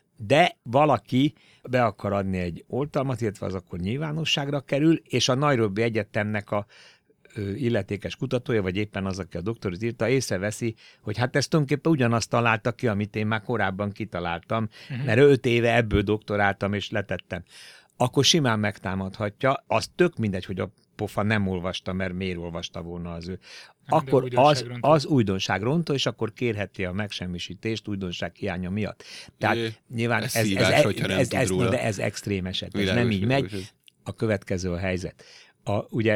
De valaki be akar adni egy oltalmat, illetve az akkor nyilvánosságra kerül, és a Nairobi Egyetemnek a illetékes kutatója, vagy éppen az, aki a doktorit írta, észreveszi, hogy hát ezt tulajdonképpen ugyanazt találta ki, amit én már korábban kitaláltam, uh-huh. mert öt éve ebből doktoráltam, és letettem. Akkor simán megtámadhatja, az tök mindegy, hogy a pofa nem olvasta, mert miért olvasta volna az ő. Akkor az, az újdonságrontó, és akkor kérheti a megsemmisítést újdonság hiánya miatt. Tehát é, nyilván ez, ez, szívás, ez, ez, ez, ez, de ez extrém eset, ez nem így megy. A következő a helyzet. A, ugye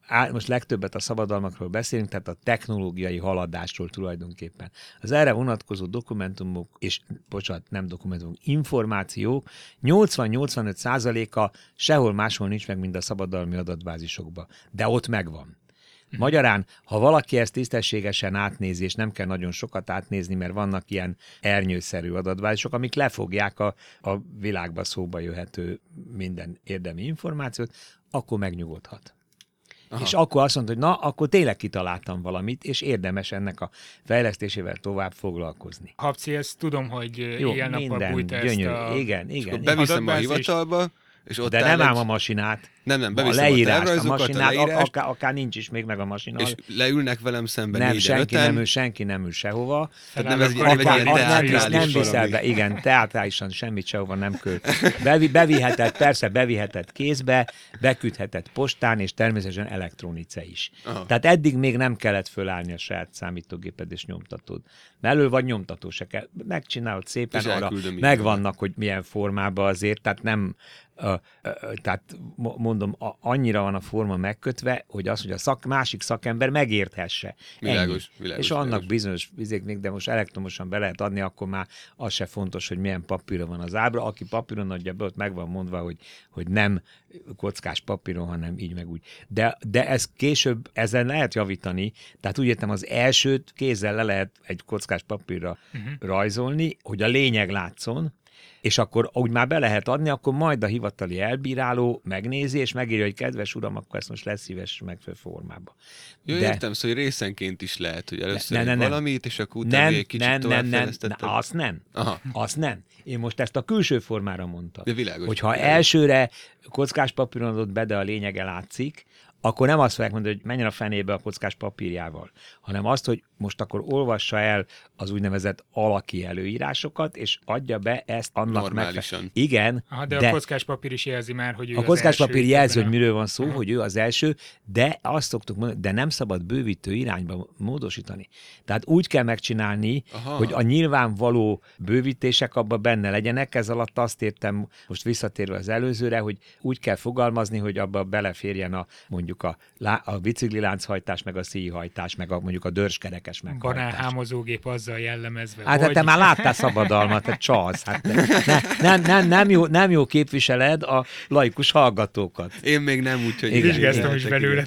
most legtöbbet a szabadalmakról beszélünk, tehát a technológiai haladásról tulajdonképpen. Az erre vonatkozó dokumentumok, és bocsánat, nem dokumentumok, információk nyolcvan-nyolcvanöt százaléka sehol máshol nincs meg, mint a szabadalmi adatbázisokban. De ott megvan. Magyarán, ha valaki ezt tisztességesen átnézi, és nem kell nagyon sokat átnézni, mert vannak ilyen ernyőszerű adatbázisok, amik lefogják a, a világba szóba jöhető minden érdemi információt, akkor megnyugodhat. Aha. És akkor azt mondta, hogy na, akkor tényleg kitaláltam valamit, és érdemes ennek a fejlesztésével tovább foglalkozni. Habci, ezt tudom, hogy éjjel-nappal bújta ezt a... Igen, igen. Beviszem a hivatalba, és ott de nem ám a masinát. Nem, nem, beviszem a leírást, a masinát, a akár, akár nincs is még meg a masinál. És leülnek velem szemben nem, négyen, senki öten. nem ül, senki nem ül sehova. Tehát nem ez egy, nem egy ilyen teátrális nem viszel be, igen, teátrálisan semmit sehova nem költ. Bevi, bevihetett, persze bevihetett kézbe, beküldhetett postán, és természetesen elektronice is. Aha. Tehát eddig még nem kellett fölállni a saját számítógéped és nyomtatód. Mellől vagy nyomtató se kell. Megcsinálod szépen, arra megvannak, hogy milyen formában azért, tehát nem Uh, uh, tehát mondom, a, annyira van a forma megkötve, hogy az, hogy a szak, másik szakember megérthesse. Világos, világos, és annak világos. bizonyos vizéknek, de most elektromosan be lehet adni, akkor már az se fontos, hogy milyen papíron van az ábra. Aki papíron adja be, ott meg van mondva, hogy, hogy nem kockás papíron, hanem így meg úgy. De, de ez később, ezen lehet javítani, tehát úgy értem, az elsőt kézzel le lehet egy kockás papírra uh-huh. rajzolni, hogy a lényeg látszon, és akkor úgy már be lehet adni, akkor majd a hivatali elbíráló megnézi, és megírja, hogy kedves uram, akkor ezt most lesz szíves megfelelő formába. Jó, De... értem, szóval részenként is lehet, hogy először ne, ne, ne, valamit, és akkor utána egy kicsit nem, nem, nem, nem, azt nem. Aha. Azt nem. Én most ezt a külső formára mondtam. De világos. Hogyha világos. elsőre kockás papíron adott be, de a lényege látszik, akkor nem azt fogják mondani, hogy menjen a fenébe a kockás papírjával, hanem azt, hogy most akkor olvassa el az úgynevezett alaki előírásokat, és adja be ezt annak normálisan. Megfe- Igen. Aha, de, de a kockás papír is jelzi már, hogy ő a kockás papír jelzi, hogy a... miről van szó, Aha. hogy ő az első, de azt szoktuk mondani, de nem szabad bővítő irányba módosítani. Tehát úgy kell megcsinálni, Aha. hogy a nyilvánvaló bővítések abban benne legyenek, ez alatt azt értem, most visszatérve az előzőre, hogy úgy kell fogalmazni, hogy abba beleférjen a mondjuk a, a biciklilánchajtás, meg a szíjhajtás, meg a, mondjuk a dörskerekes meghajtás. Banánhámozógép azzal jellemezve. Hát hogy... te már láttál szabadalmat, te csalsz. Hát ne, nem, nem, nem, jó, nem jó képviseled a laikus hallgatókat. Én még nem úgy, hogy... Vizsgáztam is belőle.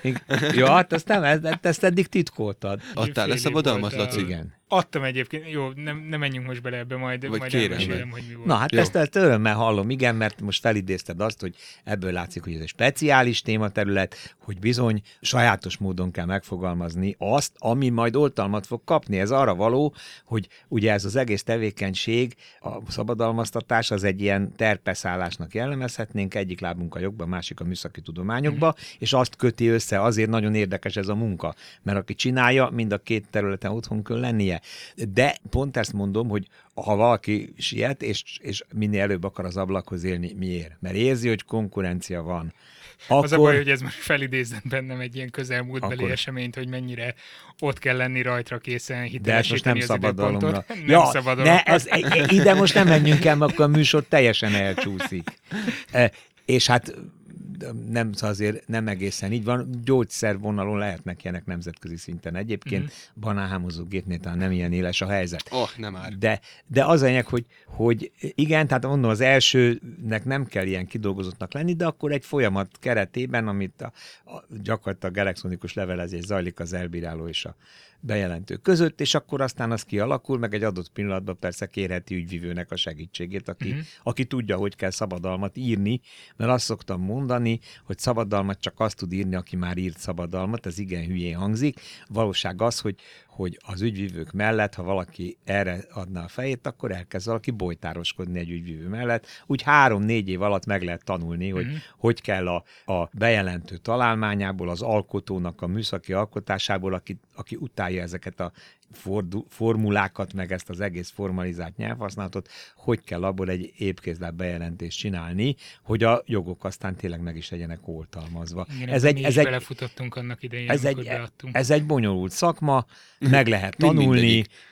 Jó, hát ezt, nem, ezt, ezt eddig titkoltad. Adtál le szabadalmat, Laci? Igen. Adtam egyébként, jó, nem, nem menjünk most bele ebbe, majd, Vagy majd kérem, elmesélem, hogy mi volt. Na, hát jó. Ezt örömmel hallom, igen, mert most felidézted azt, hogy ebből látszik, hogy ez egy speciális tématerület, hogy bizony sajátos módon kell megfogalmazni azt, ami majd oltalmat fog kapni. Ez arra való, hogy ugye ez az egész tevékenység, a szabadalmaztatás az egy ilyen terpeszállásnak jellemezhetnénk, egyik lábunk a jogba, másik a műszaki tudományokba, mm. és azt köti össze, azért nagyon érdekes ez a munka, mert aki csinálja, mind a két területen otthon kell lennie. De pont ezt mondom, hogy ha valaki siet, és, és minél előbb akar az ablakhoz élni, miért? Mert érzi, hogy konkurencia van. Akkor... Az a baj, hogy ez most felidézett bennem egy ilyen közelmúltbeli akkor... eseményt, hogy mennyire ott kell lenni rajtra készen De hitelesíteni most nem az időpontot. Nem ja, szabadalomra. Ne, ez, ide most nem menjünk el, akkor a műsor teljesen elcsúszik. E, és hát nem, azért nem egészen így van. Gyógyszervonalon lehetnek ilyenek nemzetközi szinten. Egyébként mm-hmm. banánhámozó gépnél talán nem ilyen éles a helyzet. Oh, nem már. De, de az a lényeg, hogy, hogy igen, tehát mondom, az elsőnek nem kell ilyen kidolgozottnak lenni, de akkor egy folyamat keretében, amit a, a gyakorlatilag elektronikus levelezés zajlik az elbíráló és a bejelentő között, és akkor aztán az kialakul, meg egy adott pillanatban persze kérheti ügyvivőnek a segítségét, aki, uh-huh. aki tudja, hogy kell szabadalmat írni, mert azt szoktam mondani, hogy szabadalmat csak azt tud írni, aki már írt szabadalmat, ez igen hülyén hangzik. Valóság az, hogy, hogy az ügyvivők mellett, ha valaki erre adná a fejét, akkor elkezd valaki bojtároskodni egy ügyvivő mellett. Úgy három-négy év alatt meg lehet tanulni, hogy uh-huh. hogy kell a, a bejelentő találmányából, az alkotónak a műszaki alkotásából, aki, aki utálja ezeket a fordu, formulákat, meg ezt az egész formalizált nyelvhasználatot, hogy kell abból egy épkézláb bejelentést csinálni, hogy a jogok aztán tényleg meg is legyenek oltalmazva. Igen, ez egy, mi ez is egy, belefutottunk annak idején, ez amikor egy, beadtunk. ez egy bonyolult szakma, meg lehet tanulni,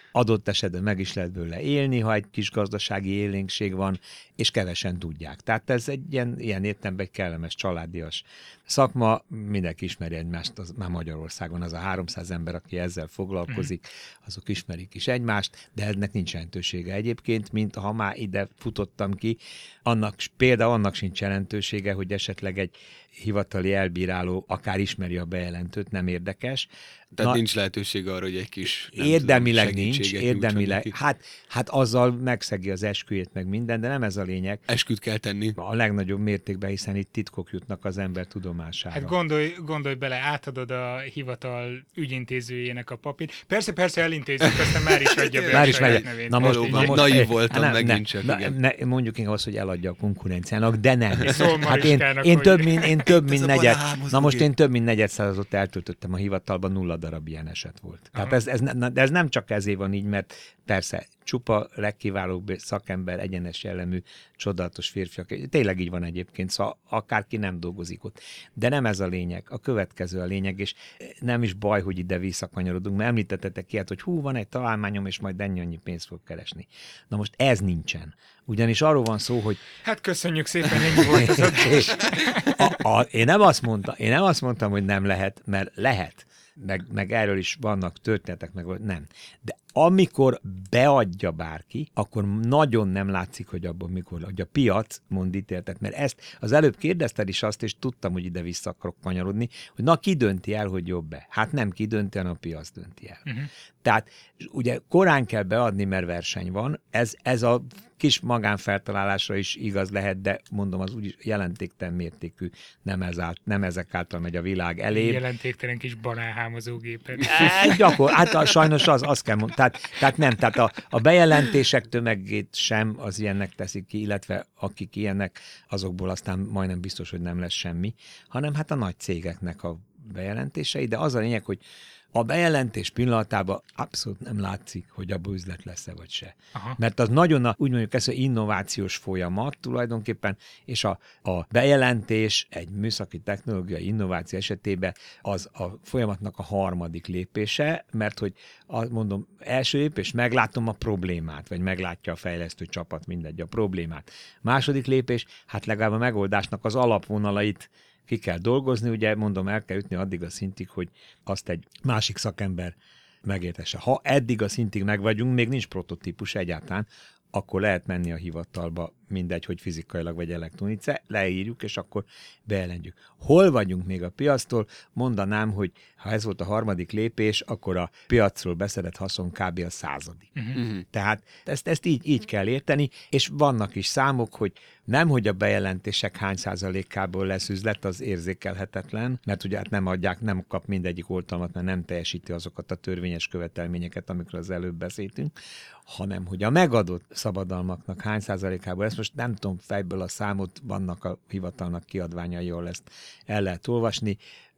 adott esetben meg is lehet bőle élni, ha egy kis gazdasági élénkség van, és kevesen tudják. Tehát ez egy ilyen, ilyen értelemben egy kellemes, családias szakma, mindenki ismeri egymást, az, már Magyarországon az a háromszáz ember, aki ezzel foglalkozik, azok ismerik is egymást, de ennek nincs jelentősége egyébként, mint ha már ide futottam ki, annak, például annak sincs jelentősége, hogy esetleg egy hivatali elbíráló akár ismeri a bejelentőt, nem érdekes. Tehát Na, nincs lehetősége arra, hogy egy kis érdemileg tudom, nincs, érdemileg. Hát, hát azzal megszegi az esküjét, meg minden, de nem ez a lényeg. Esküt kell tenni. A legnagyobb mértékben, hiszen itt titkok jutnak az ember tudomására. Hát gondolj, gondolj bele, átadod a hivatal ügyintézőjének a papírt. Persze, persze elintézzük, aztán már is adja be már a is saját megy. nevét. Na most, Valóban, na most naív eh, voltam nem, megint ne, csak, na, igen. ne, mondjuk inkább azt, hogy eladja a konkurenciának, de nem. Szól Hát én, Mariskának, én hogy- több mint, én több Ez mint a negyed, banánhoz na most ugye. én több mint negyed századot eltöltöttem a hivatalban, nulla darab ilyen eset volt. Tehát ez, ez, ne- de ez nem csak ezért van így, mert persze csupa legkiválóbb szakember, egyenes jellemű, csodálatos férfiak. Tényleg így van egyébként, szóval akárki nem dolgozik ott. De nem ez a lényeg, a következő a lényeg, és nem is baj, hogy ide visszakanyarodunk, mert említettetek ilyet, hogy hú, van egy találmányom, és majd ennyi-annyi pénzt fog keresni. Na most ez nincsen. Ugyanis arról van szó, hogy Hát köszönjük szépen, ennyi volt az adás. a, a, én, nem azt mondta, én nem azt mondtam, hogy nem lehet, mert lehet. Meg, meg erről is vannak történetek, meg nem. De amikor beadja bárki, akkor nagyon nem látszik, hogy abban mikor, hogy a piac mond ítéletet, mert ezt az előbb kérdezted is azt, és tudtam, hogy ide vissza akarok kanyarodni, hogy na ki dönti el, hogy jobb-e? Hát nem ki dönti, hanem a piac dönti el. Uh-huh. Tehát ugye korán kell beadni, mert verseny van, ez, ez a kis magánfeltalálásra is igaz lehet, de mondom, az úgy jelentéktelen mértékű, nem, ez át, nem ezek által megy a világ elé. Jelentéktelen kis banánhámozógépet. E, gyakor, hát a, sajnos az, azt kell mondani. Tehát, tehát nem, tehát a, a bejelentések tömegét sem az ilyennek teszik ki, illetve akik ilyenek, azokból aztán majdnem biztos, hogy nem lesz semmi, hanem hát a nagy cégeknek a bejelentései, de az a lényeg, hogy a bejelentés pillanatában abszolút nem látszik, hogy abból üzlet lesz-e vagy se. Aha. Mert az nagyon, a, úgy mondjuk ez, hogy innovációs folyamat tulajdonképpen, és a, a bejelentés egy műszaki technológiai innováció esetében az a folyamatnak a harmadik lépése, mert hogy azt mondom, első lépés, meglátom a problémát, vagy meglátja a fejlesztő csapat, mindegy, a problémát. Második lépés, hát legalább a megoldásnak az alapvonalait ki kell dolgozni, ugye mondom, el kell jutni addig a szintig, hogy azt egy másik szakember megértesse. Ha eddig a szintig meg vagyunk, még nincs prototípus egyáltalán, akkor lehet menni a hivatalba, mindegy, hogy fizikailag vagy elektronice, leírjuk, és akkor bejelentjük. Hol vagyunk még a piactól? Mondanám, hogy ha ez volt a harmadik lépés, akkor a piacról beszedett haszon kb. A századik. Uh-huh. Tehát ezt, ezt így, így kell érteni, és vannak is számok, hogy nem, hogy a bejelentések hány százalékából lesz üzlet, az érzékelhetetlen, mert ugye hát nem adják, nem kap mindegyik oltalmat, mert nem teljesíti azokat a törvényes követelményeket, amikről az előbb beszéltünk, hanem hogy a megadott szabadalmaknak hány százalékából, ezt most nem tudom fejből a számot, vannak a hivatalnak kiadványai, jól ezt el lehet olvasni,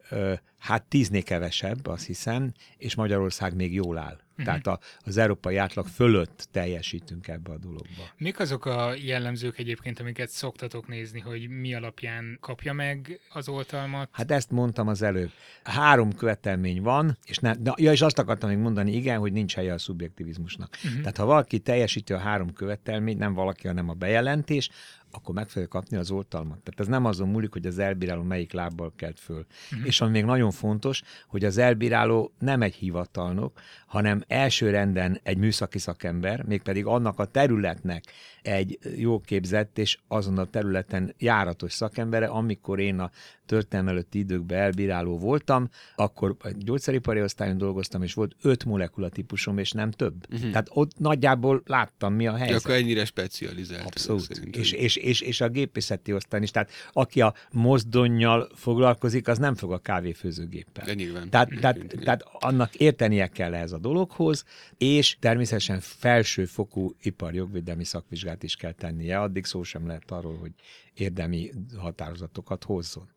hát tíznél kevesebb, azt hiszem, és Magyarország még jól áll. Uh-huh. Tehát a, az európai átlag fölött teljesítünk ebbe a dologba. Mik azok a jellemzők egyébként, amiket szoktatok nézni, hogy mi alapján kapja meg az oltalmat? Hát ezt mondtam az előbb. Három követelmény van, és, ne, na, ja, és azt akartam még mondani, igen, hogy nincs helye a szubjektivizmusnak. Uh-huh. Tehát ha valaki teljesíti a három követelményt, nem valaki, hanem a bejelentés, akkor meg fogja kapni az oltalmat. Tehát ez nem azon múlik, hogy az elbíráló melyik lábbal kelt föl. Uh-huh. És ami még nagyon fontos, hogy az elbíráló nem egy hivatalnok, hanem első renden egy műszaki szakember, mégpedig annak a területnek egy jó képzett és azon a területen járatos szakembere. Amikor én a történelem előtti időkben elbíráló voltam, akkor a gyógyszeripari osztályon dolgoztam, és volt öt molekulatípusom, és nem több. Uh-huh. Tehát ott nagyjából láttam, mi a helyzet. Akkor ennyire specializált. Abszolút. És, és, és, és a gépészeti osztályon is. Tehát aki a mozdonnyal foglalkozik, az nem fog a kávéfőzőgéppel. De nyilván. Tehát, tehát, tehát annak értenie kell ehhez a dologhoz, és természetesen felsőfokú iparjogvédelmi szakvizsgát is kell tennie. Addig szó sem lehet arról, hogy érdemi határozatokat hozzon.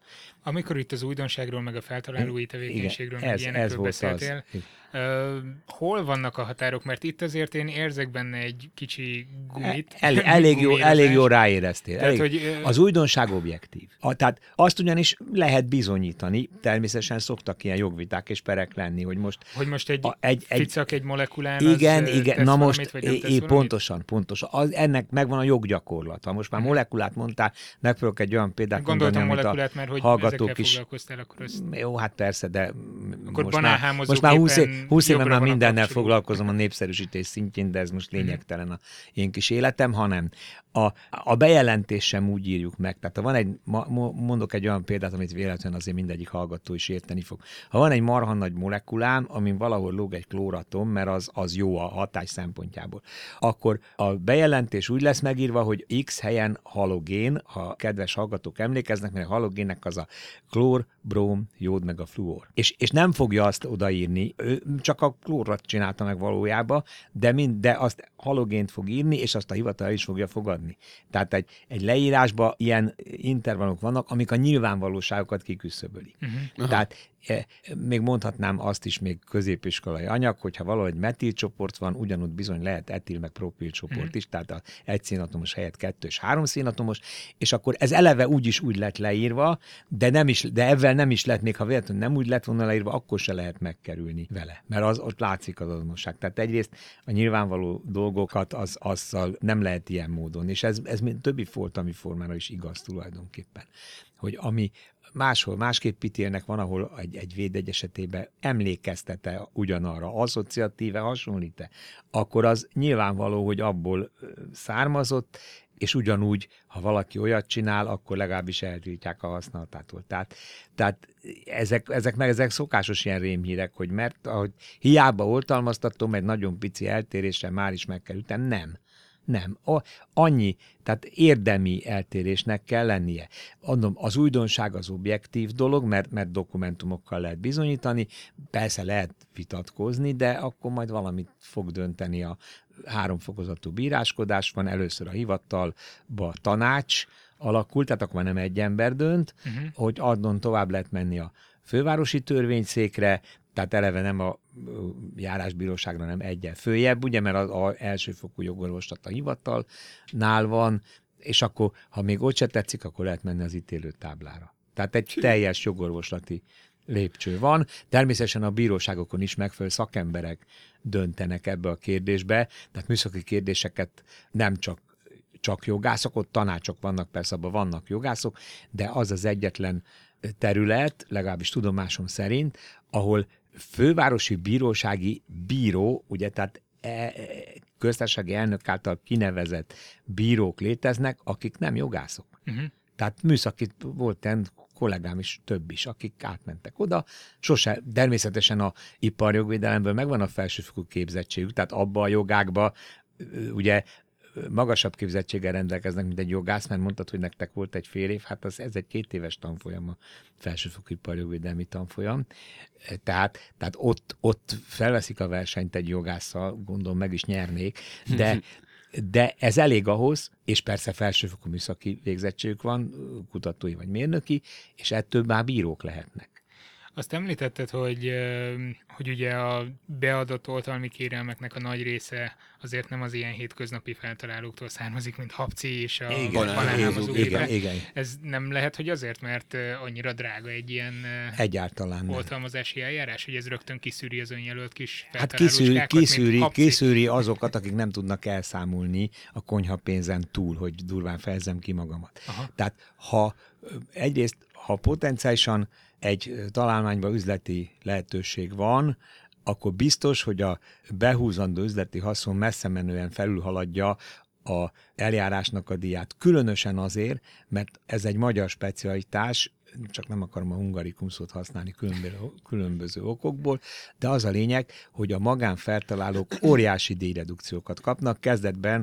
Amikor itt az újdonságról, meg a feltalálói tevékenységről, igen, meg ez, ilyenekről ez beszéltél, uh, hol vannak a határok? Mert itt azért én érzek benne egy kicsi gumit. El, elég, jó, elég jó ráéreztél. Tehát, elég, hogy, az újdonság objektív. A, tehát azt ugyanis lehet bizonyítani, természetesen szoktak ilyen jogviták és perek lenni, hogy most... Hogy most egy, a, egy, egy ficak egy molekulán igen, az igen, tesz na valamit, most vagy nem tesz é, valamit? pontosan, pontosan. Az, ennek megvan a joggyakorlata. Most már molekulát mondtál, megpróbálok egy olyan példát Gondoltam mondani, molekulát, mert hogy hallgatók is... foglalkoztál, akkor ezt... Jó, hát persze, de akkor most már, most már húsz, év, húsz éve már mindennel foglalkozom a népszerűsítés szintjén, de ez most lényegtelen a én kis életem, hanem a, a bejelentés sem úgy írjuk meg. Tehát ha van egy, mondok egy olyan példát, amit véletlenül azért mindegyik hallgató is érteni fog. Ha van egy marha nagy molekulám, amin valahol lóg egy klóratom, mert az, az jó a hatás szempontjából, akkor a bejelentés úgy lesz megírva, hogy X helyen halogén, ha kedves hallgatók emlékeznek, mert a halogénnek az a klór, bróm, jód meg a fluor. És, és nem fogja azt odaírni, ő csak a klórat csinálta meg valójában, de, mind, de azt halogént fog írni, és azt a hivatal is fogja fogadni. Tehát egy, egy leírásban ilyen intervallumok vannak, amik a nyilvánvalóságokat kiküszöbölik. Uh-huh. Tehát e, még mondhatnám azt is még középiskolai anyag, hogyha valahogy metilcsoport van, ugyanúgy bizony lehet etil meg propil csoport uh-huh. is, tehát a egy szénatomos helyett kettő és három szénatomos, és akkor ez eleve úgyis úgy lett leírva, de, nem is, de ebben nem is lett, még ha véletlenül nem úgy lett volna leírva, akkor se lehet megkerülni vele, mert az, ott látszik az azonosság. Tehát egyrészt a nyilvánvaló dolgokat az, azzal nem lehet ilyen módon, és ez, ez többi foltami formára is igaz tulajdonképpen, hogy ami máshol másképp ítélnek, van, ahol egy, egy védegy esetében emlékeztet-e ugyanarra, asszociatíve, hasonlít-e, akkor az nyilvánvaló, hogy abból származott, és ugyanúgy, ha valaki olyat csinál, akkor legalábbis eltiltják a használatától. Tehát, tehát ezek, ezek meg ezek szokásos ilyen rémhírek, hogy mert ahogy hiába oltalmaztatom, egy nagyon pici eltérésre már is meg kell ütem, nem. Nem. A, annyi, tehát érdemi eltérésnek kell lennie. Mondom, az újdonság az objektív dolog, mert, mert dokumentumokkal lehet bizonyítani, persze lehet vitatkozni, de akkor majd valamit fog dönteni a háromfokozatú bíráskodás van, először a hivatalba tanács alakult, tehát akkor már nem egy ember dönt, uh-huh. hogy adnon tovább lehet menni a fővárosi törvényszékre, tehát eleve nem a járásbíróságra, nem egyen följebb, ugye, mert az, az elsőfokú jogorvoslat a hivatalnál van, és akkor, ha még ott se tetszik, akkor lehet menni az ítélőtáblára. Tehát egy teljes jogorvoslati lépcső van. Természetesen a bíróságokon is megfelelő szakemberek döntenek ebbe a kérdésbe, tehát műszaki kérdéseket nem csak csak jogászok, ott tanácsok vannak, persze abban vannak jogászok, de az az egyetlen terület, legalábbis tudomásom szerint, ahol fővárosi bírósági bíró, ugye, tehát köztársasági elnök által kinevezett bírók léteznek, akik nem jogászok. Uh-huh. Tehát műszaki volt kollégám is, több is, akik átmentek oda. Sose, természetesen a iparjogvédelemből megvan a felsőfokú képzettségük, tehát abba a jogákba ugye magasabb képzettséggel rendelkeznek, mint egy jogász, mert mondtad, hogy nektek volt egy fél év, hát az, ez egy két éves tanfolyam, a felsőfokú iparjogvédelmi tanfolyam. Tehát, tehát ott, ott felveszik a versenyt egy jogásszal, gondolom meg is nyernék, de, de ez elég ahhoz, és persze felsőfokú műszaki végzettségük van, kutatói vagy mérnöki, és ettől már bírók lehetnek. Azt említetted, hogy, hogy ugye a beadott oltalmi kérelmeknek a nagy része azért nem az ilyen hétköznapi feltalálóktól származik, mint Habci és a banánhámozógépe. Ez nem lehet, hogy azért, mert annyira drága egy ilyen egyáltalán oltalmazási eljárás, hogy ez rögtön kiszűri az önjelölt kis hát kiszűri, kiszűri, kiszűri azokat, akik nem tudnak elszámolni a konyhapénzen túl, hogy durván fejezem ki magamat. Aha. Tehát ha egyrészt, ha potenciálisan egy találmányban üzleti lehetőség van, akkor biztos, hogy a behúzandó üzleti haszon messze menően felülhaladja a eljárásnak a díját. Különösen azért, mert ez egy magyar specialitás, csak nem akarom a hungarikum szót használni különböző, különböző okokból, de az a lényeg, hogy a magánfeltalálók óriási díjredukciókat kapnak, kezdetben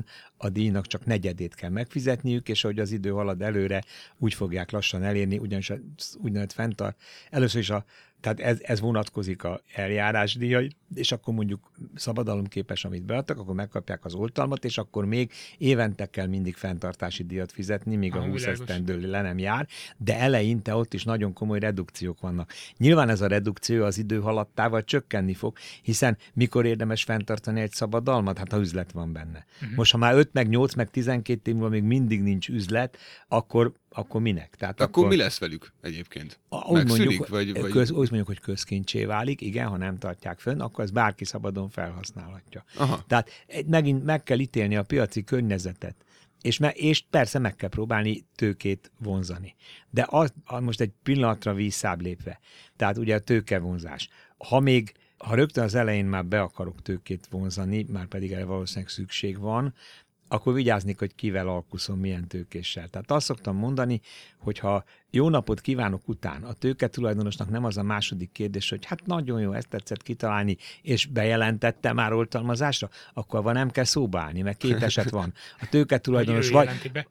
a díjnak csak negyedét kell megfizetniük, és ahogy az idő halad előre, úgy fogják lassan elérni, ugyanis az úgynevezett fenntart, először is a Tehát ez, ez vonatkozik a eljárásdíjai, és akkor mondjuk szabadalomképes, amit beadtak, akkor megkapják az oltalmat, és akkor még évente kell mindig fenntartási díjat fizetni, míg ah, a húsz esztendő le nem jár, de eleinte ott is nagyon komoly redukciók vannak. Nyilván ez a redukció az idő haladtával csökkenni fog, hiszen mikor érdemes fenntartani egy szabadalmat? Hát ha üzlet van benne. Uh-huh. Most ha már öt, meg nyolc, meg tizenkét év múlva még mindig nincs üzlet, akkor akkor minek? Tehát akkor, akkor mi lesz velük egyébként? Úgy mondjuk, vagy, vagy... Köz, úgy mondjuk, hogy közkincsé válik, igen, ha nem tartják fönn, akkor ez bárki szabadon felhasználhatja. Aha. Tehát megint meg kell ítélni a piaci környezetet, és, me, és persze meg kell próbálni tőkét vonzani. De az, az most egy pillanatra vízszább lépve, tehát ugye a tőkevonzás. Ha még, ha rögtön az elején már be akarok tőkét vonzani, már pedig erre valószínűleg szükség van, akkor vigyáznék, hogy kivel alkuszom, milyen tőkéssel. Tehát azt szoktam mondani, hogy ha jó napot kívánok után, a tőketulajdonosnak nem az a második kérdés, hogy hát nagyon jó, ezt tetszett kitalálni, és bejelentette már oltalmazásra, akkor van nem kell szóba állni, mert két eset van. A tőketulajdonos vagy... vagy...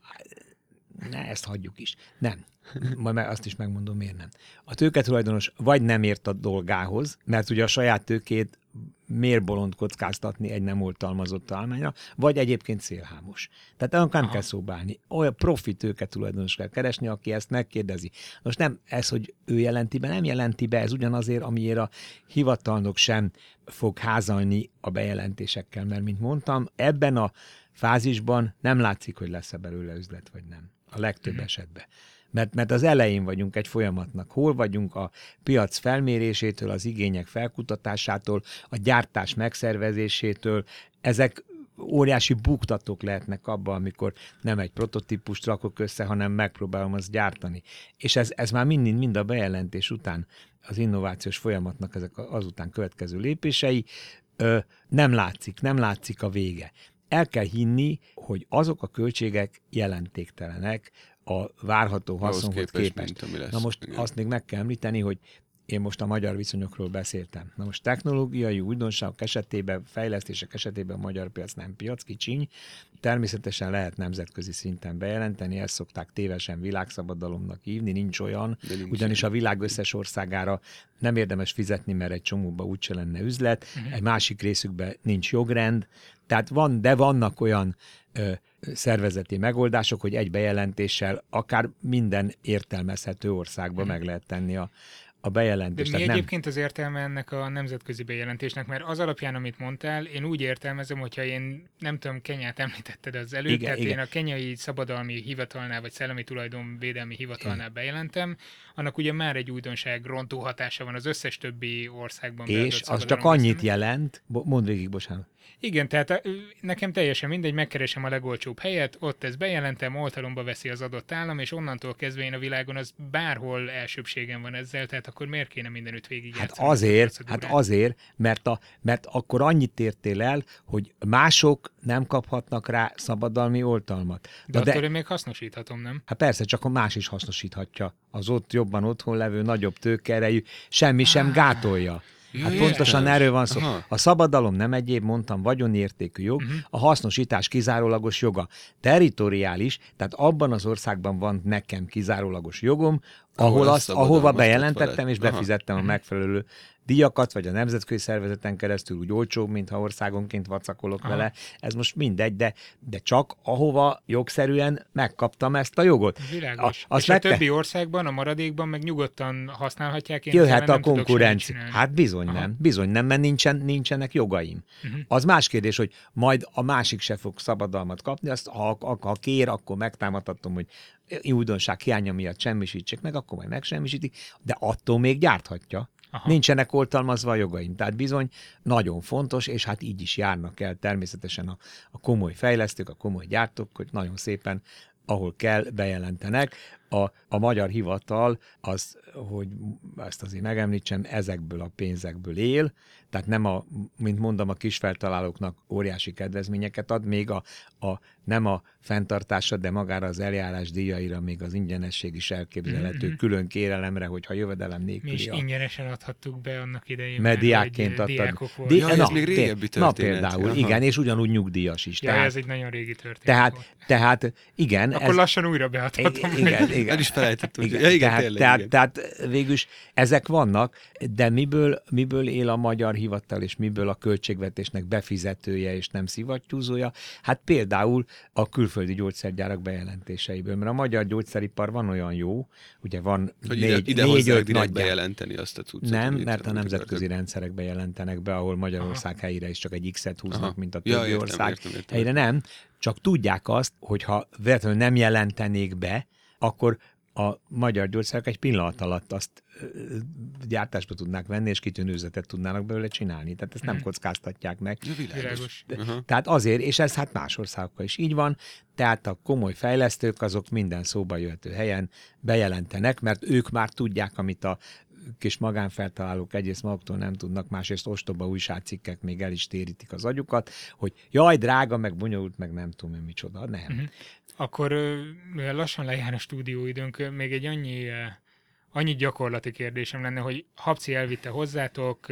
Ne, ezt hagyjuk is. Nem. Majd azt is megmondom, miért nem. A tőketulajdonos vagy nem ért a dolgához, mert ugye a saját tőkét miért bolond kockáztatni egy nem oltalmazott találmányra, vagy egyébként szélhámos. Tehát olyan nem kell szóba állni. Olyan profi tőketulajdonos kell keresni, aki ezt megkérdezi. Most nem ez, hogy ő jelenti be, nem jelenti be, ez ugyanazért, amiért a hivatalnok sem fog házalni a bejelentésekkel, mert mint mondtam, ebben a fázisban nem látszik, hogy lesz-e belőle üzlet, vagy nem. A legtöbb mm-hmm. esetben. Mert, mert az elején vagyunk egy folyamatnak. Hol vagyunk a piac felmérésétől, az igények felkutatásától, a gyártás megszervezésétől. Ezek óriási buktatók lehetnek abban, amikor nem egy prototípust rakok össze, hanem megpróbálom azt gyártani. És ez, ez már mind, mind a bejelentés után, az innovációs folyamatnak ezek azután következő lépései, ö, nem látszik, nem látszik a vége. El kell hinni, hogy azok a költségek jelentéktelenek a várható haszonhoz képest. képest. Na most igen. Azt még meg kell említeni, hogy én most a magyar viszonyokról beszéltem. Na most technológiai újdonságok esetében, fejlesztések esetében a magyar piac nem piac, kicsiny. Természetesen lehet nemzetközi szinten bejelenteni, ezt szokták tévesen világszabadalomnak hívni, nincs olyan, nincs ugyanis ilyen. A világ összes országára nem érdemes fizetni, mert egy csomóba úgyse lenne üzlet, uh-huh. egy másik részükben nincs jogrend, tehát van, de vannak olyan ö, szervezeti megoldások, hogy egy bejelentéssel akár minden értelmezhető országban uh-huh. meg lehet tenni a a bejelentés. De mi Tehát egyébként nem... az értelme ennek a nemzetközi bejelentésnek? Mert az alapján, amit mondtál, én úgy értelmezem, hogyha én, nem tudom, Kenyát említetted az előtt, igen, tehát igen. én a kenyai szabadalmi hivatalnál, vagy szellemi tulajdonvédelmi hivatalnál igen. bejelentem, annak ugye már egy újdonság rontó hatása van az összes többi országban. És az csak annyit beszélni. jelent, mondd végig, bocsánat. Igen, tehát nekem teljesen mindegy, megkeresem a legolcsóbb helyet, ott ezt bejelentem, oltalomba veszi az adott állam, és onnantól kezdve én a világon az bárhol elsőbségem van ezzel, tehát akkor miért kéne mindenütt végig Hát azért, hát azért, mert, a, mert akkor annyit értél el, hogy mások nem kaphatnak rá szabadalmi oltalmat. De, de attól én még hasznosíthatom, nem? Hát persze, csak a más is hasznosíthatja. Az ott jobban otthon levő, nagyobb tőkeerejű, semmi sem ah. gátolja. Hát pontosan erről van szó. Aha. A szabadalom nem egyéb, mondtam, vagyonértékű jog, uh-huh. a hasznosítás kizárólagos joga. Territoriális, tehát abban az országban van nekem kizárólagos jogom, ahol, ahol azt, ahova bejelentettem és befizettem Aha. a megfelelő díjakat, vagy a nemzetközi szervezeten keresztül úgy olcsóbb, mintha országonként vacakolok Aha. vele. Ez most mindegy, de, de csak ahova jogszerűen megkaptam ezt a jogot. Világos. A, és a többi országban, a maradékban meg nyugodtan használhatják. Én jöhet a konkurencia. Hát bizony Aha. nem. Bizony nem, mert nincsen, nincsenek jogaim. Uh-huh. Az más kérdés, hogy majd a másik se fog szabadalmat kapni, azt ha, ha, ha kér, akkor megtámadhatom, hogy újdonság hiánya miatt semmisítsék meg, akkor majd megsemmisítik, de attól még gyárthatja. Aha. Nincsenek oltalmazva a jogaim. Tehát bizony nagyon fontos, és hát így is járnak el természetesen a, a komoly fejlesztők, a komoly gyártók, hogy nagyon szépen, ahol kell, bejelentenek. a, a magyar hivatal az, hogy ezt azért megemlítsem, ezekből a pénzekből él, tehát nem a, mint mondom, a kisfeltalálóknak óriási kedvezményeket ad, még a, a nem a fenntartásra, de magára az eljárás díjaira, még az ingyenesség is elképzelhető, mm-hmm. külön kérelemre, hogyha jövedelem nélküli. Mi is a... ingyenesen adhattuk be annak idején, mert diákként adtad. Di- ja, na, ez még régebbi történet. Na például, aha. igen, és ugyanúgy nyugdíjas is. Ja, tehát, ez egy nagyon régi történet tehát, volt. Tehát, igen. Akkor ez... lassan újra beadhatom. Igen, igen. El is felejtettem. Igen, ja, igen, tehát, tényleg, tehát, igen. tehát végülis ezek vannak, de miből, miből él a magyar hivatal, és miből a költségvetésnek befizetője, és nem szivattyúzója? Hát például a külföldi gyógyszergyárak bejelentéseiből, mert a magyar gyógyszeripar van olyan jó, ugye van hogy négy, ide, ide négy-öt nagy bejelenteni azt a cuccot. Nem, mert a nemzetközi rendszerekbe jelentenek be, ahol Magyarország aha. helyére is csak egy X-et húznak, aha. mint a többi ja, értem, ország értem, értem, helyére nem, csak tudják azt, hogy ha véletlenül nem jelentenék be, akkor a magyar gyógyszerek egy pillanat alatt azt gyártásba tudnák venni, és kitűnő üzletet tudnának belőle csinálni. Tehát ezt nem mm. kockáztatják meg. Világos. Uh-huh. Tehát azért, és ez hát más országokkal is így van, tehát a komoly fejlesztők azok minden szóba jöhető helyen bejelentenek, mert ők már tudják, amit a kis magánfeltalálók egyrészt maguktól nem tudnak, másrészt ostoba újságcikkek még el is térítik az agyukat, hogy jaj, drága, meg bonyolult, meg nem tudom én micsoda. Nem. Uh-huh. Akkor lassan lejár a stúdióidőnk, még egy annyi, annyi gyakorlati kérdésem lenne, hogy Habci elvitte hozzátok,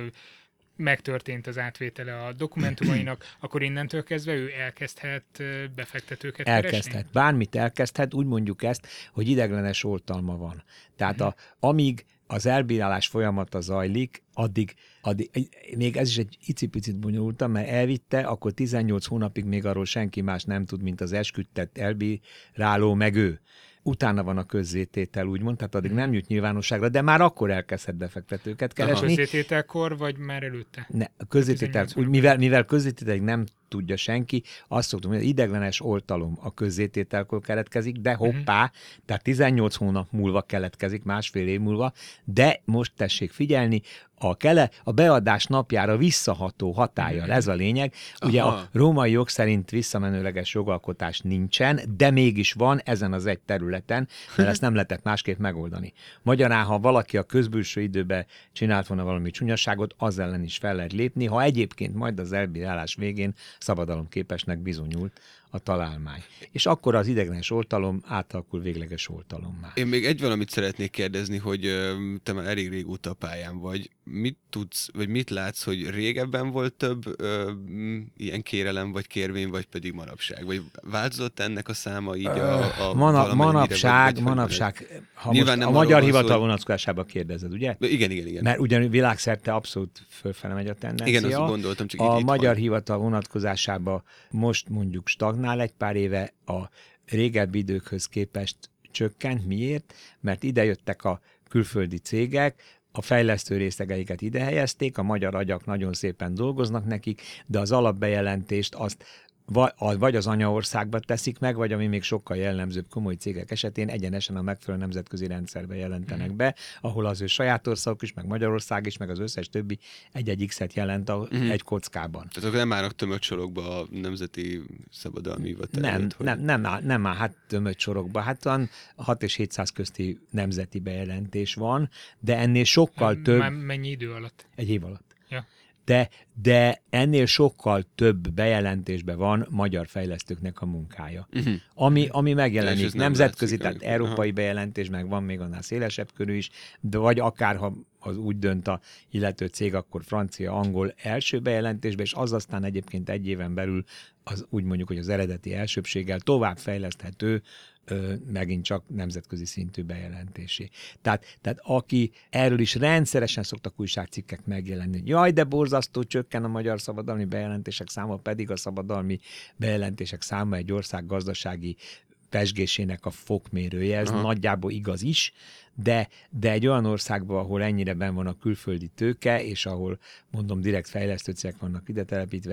megtörtént az átvétele a dokumentumainak, akkor innentől kezdve ő elkezdhet befektetőket elkezdhet. keresni? Elkezdhet. Bármit elkezdhet, úgy mondjuk ezt, hogy ideiglenes oltalma van. Tehát a, amíg az elbírálás folyamata zajlik, addig, addig, még ez is egy icipicit bonyolultam, mert elvitte, akkor tizennyolc hónapig még arról senki más nem tud, mint az esküdtett elbíráló, meg ő. Utána van a közzététel, úgymond, tehát addig nem jut nyilvánosságra, de már akkor elkezdhet befektetőket keresni. A közzétételkor, vagy már előtte? Ne, a közzététel, úgy, mivel, mivel közzétételig nem tudja senki, azt szoktuk mondani, hogy ideglenes oltalom a közzétételkor keletkezik, de hoppá, uh-huh. tehát tizennyolc hónap múlva keletkezik, másfél év múlva, de most tessék figyelni, a, kele, a beadás napjára visszaható hatállyal, ez a lényeg. Ugye aha. a római jog szerint visszamenőleges jogalkotás nincsen, de mégis van ezen az egy területen, mert ezt nem lehetett másképp megoldani. Magyarán, ha valaki a közbülső időben csinált volna valami csúnyaságot, az ellen is fel lehet lépni, ha egyébként majd az elbírálás végén szabadalomképesnek bizonyult a találmány. És akkor az ideiglenes oltalom átalakul végleges oltalommá. Én még egy valamit szeretnék kérdezni, hogy ö, te már elég régóta a pályán vagy. Mit tudsz, vagy mit látsz, hogy régebben volt több ö, ilyen kérelem, vagy kérvény, vagy pedig manapság? Vagy változott ennek a száma így a, a Mana, manapság, vagy, manapság, ha most a magyar hivatal vonatkozásában kérdezed, ugye? Igen, igen, igen. Mert ugyan világszerte abszolút fölfele megy a tendencia. Igen, azt gondoltam, csak a itt, magyar itt hivatal vonatkozásában most mondjuk stagnál egy pár éve, a régebbi időkhöz képest csökkent. Miért? Mert idejöttek a külföldi cégek, a fejlesztő részlegeiket ide helyezték, a magyar agyak nagyon szépen dolgoznak nekik, de az alapbejelentést azt vagy az anyaországba teszik meg, vagy ami még sokkal jellemzőbb komoly cégek esetén egyenesen a megfelelő nemzetközi rendszerbe jelentenek be, ahol az ő saját országok is, meg Magyarország is, meg az összes többi egy-egy X-et jelent a, uh-huh. egy kockában. Tehát akkor nem állnak tömött sorokba a nemzeti szabadalmi hivatal. Nem, hogy... nem, nem, áll, nem áll hát tömött sorokba. Hát van hat és hétszáz közti nemzeti bejelentés van, de ennél sokkal több... Már mennyi idő alatt? Egy év alatt. Ja. De, de ennél sokkal több bejelentésben van magyar fejlesztőknek a munkája. Uh-huh. Ami, ami megjelenik nemzetközi, tehát amikor... európai Aha. bejelentés, meg van még annál szélesebb körül is, de vagy akár, ha az úgy dönt a illető cég, akkor francia, angol első bejelentésben, és az aztán egyébként egy éven belül az, úgy mondjuk, hogy az eredeti elsőbséggel tovább fejleszthető, Ö, megint csak nemzetközi szintű bejelentésé. Tehát, tehát aki erről is rendszeresen szoktak újságcikkek megjelenni, hogy jaj, de borzasztó, csökken a magyar szabadalmi bejelentések száma, pedig a szabadalmi bejelentések száma egy ország gazdasági pezsgésének a fokmérője, ez Aha. nagyjából igaz is, de, de egy olyan országban, ahol ennyire benn van a külföldi tőke, és ahol mondom direkt fejlesztő cégek vannak ide telepítve,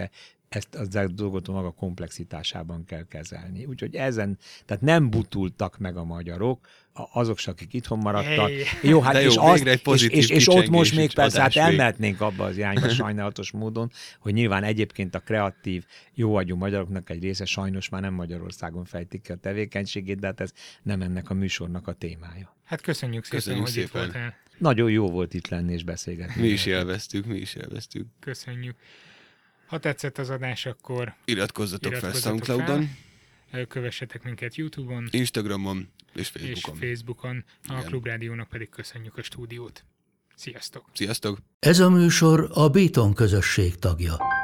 ezt az a dolgot a maga komplexitásában kell kezelni. Úgyhogy ezen, tehát nem butultak meg a magyarok, azok, akik itthon maradtak. Hey. Jó, hát jó, és, azt, és, és, és ott most még persze, hát vég. elmehetnénk abba az irányba sajnálatos módon, hogy nyilván egyébként a kreatív, jóagyú magyaroknak egy része sajnos már nem Magyarországon fejtik ki a tevékenységét, de hát ez nem ennek a műsornak a témája. Hát köszönjük szépen, Köszönjük hogy szépen. itt voltál. Nagyon jó volt itt lenni és beszélgetni. Mi is élveztük, mi is élveztük. Köszönjük. Ha tetszett az adás, akkor Iratkozzatok, iratkozzatok fel SoundCloudon, fel, kövessetek minket YouTube-on Instagramon és és Facebookon. Facebookon. A Igen. Klubrádiónak pedig köszönjük a stúdiót. Sziasztok! Sziasztok! Ez a műsor a Béton közösség tagja.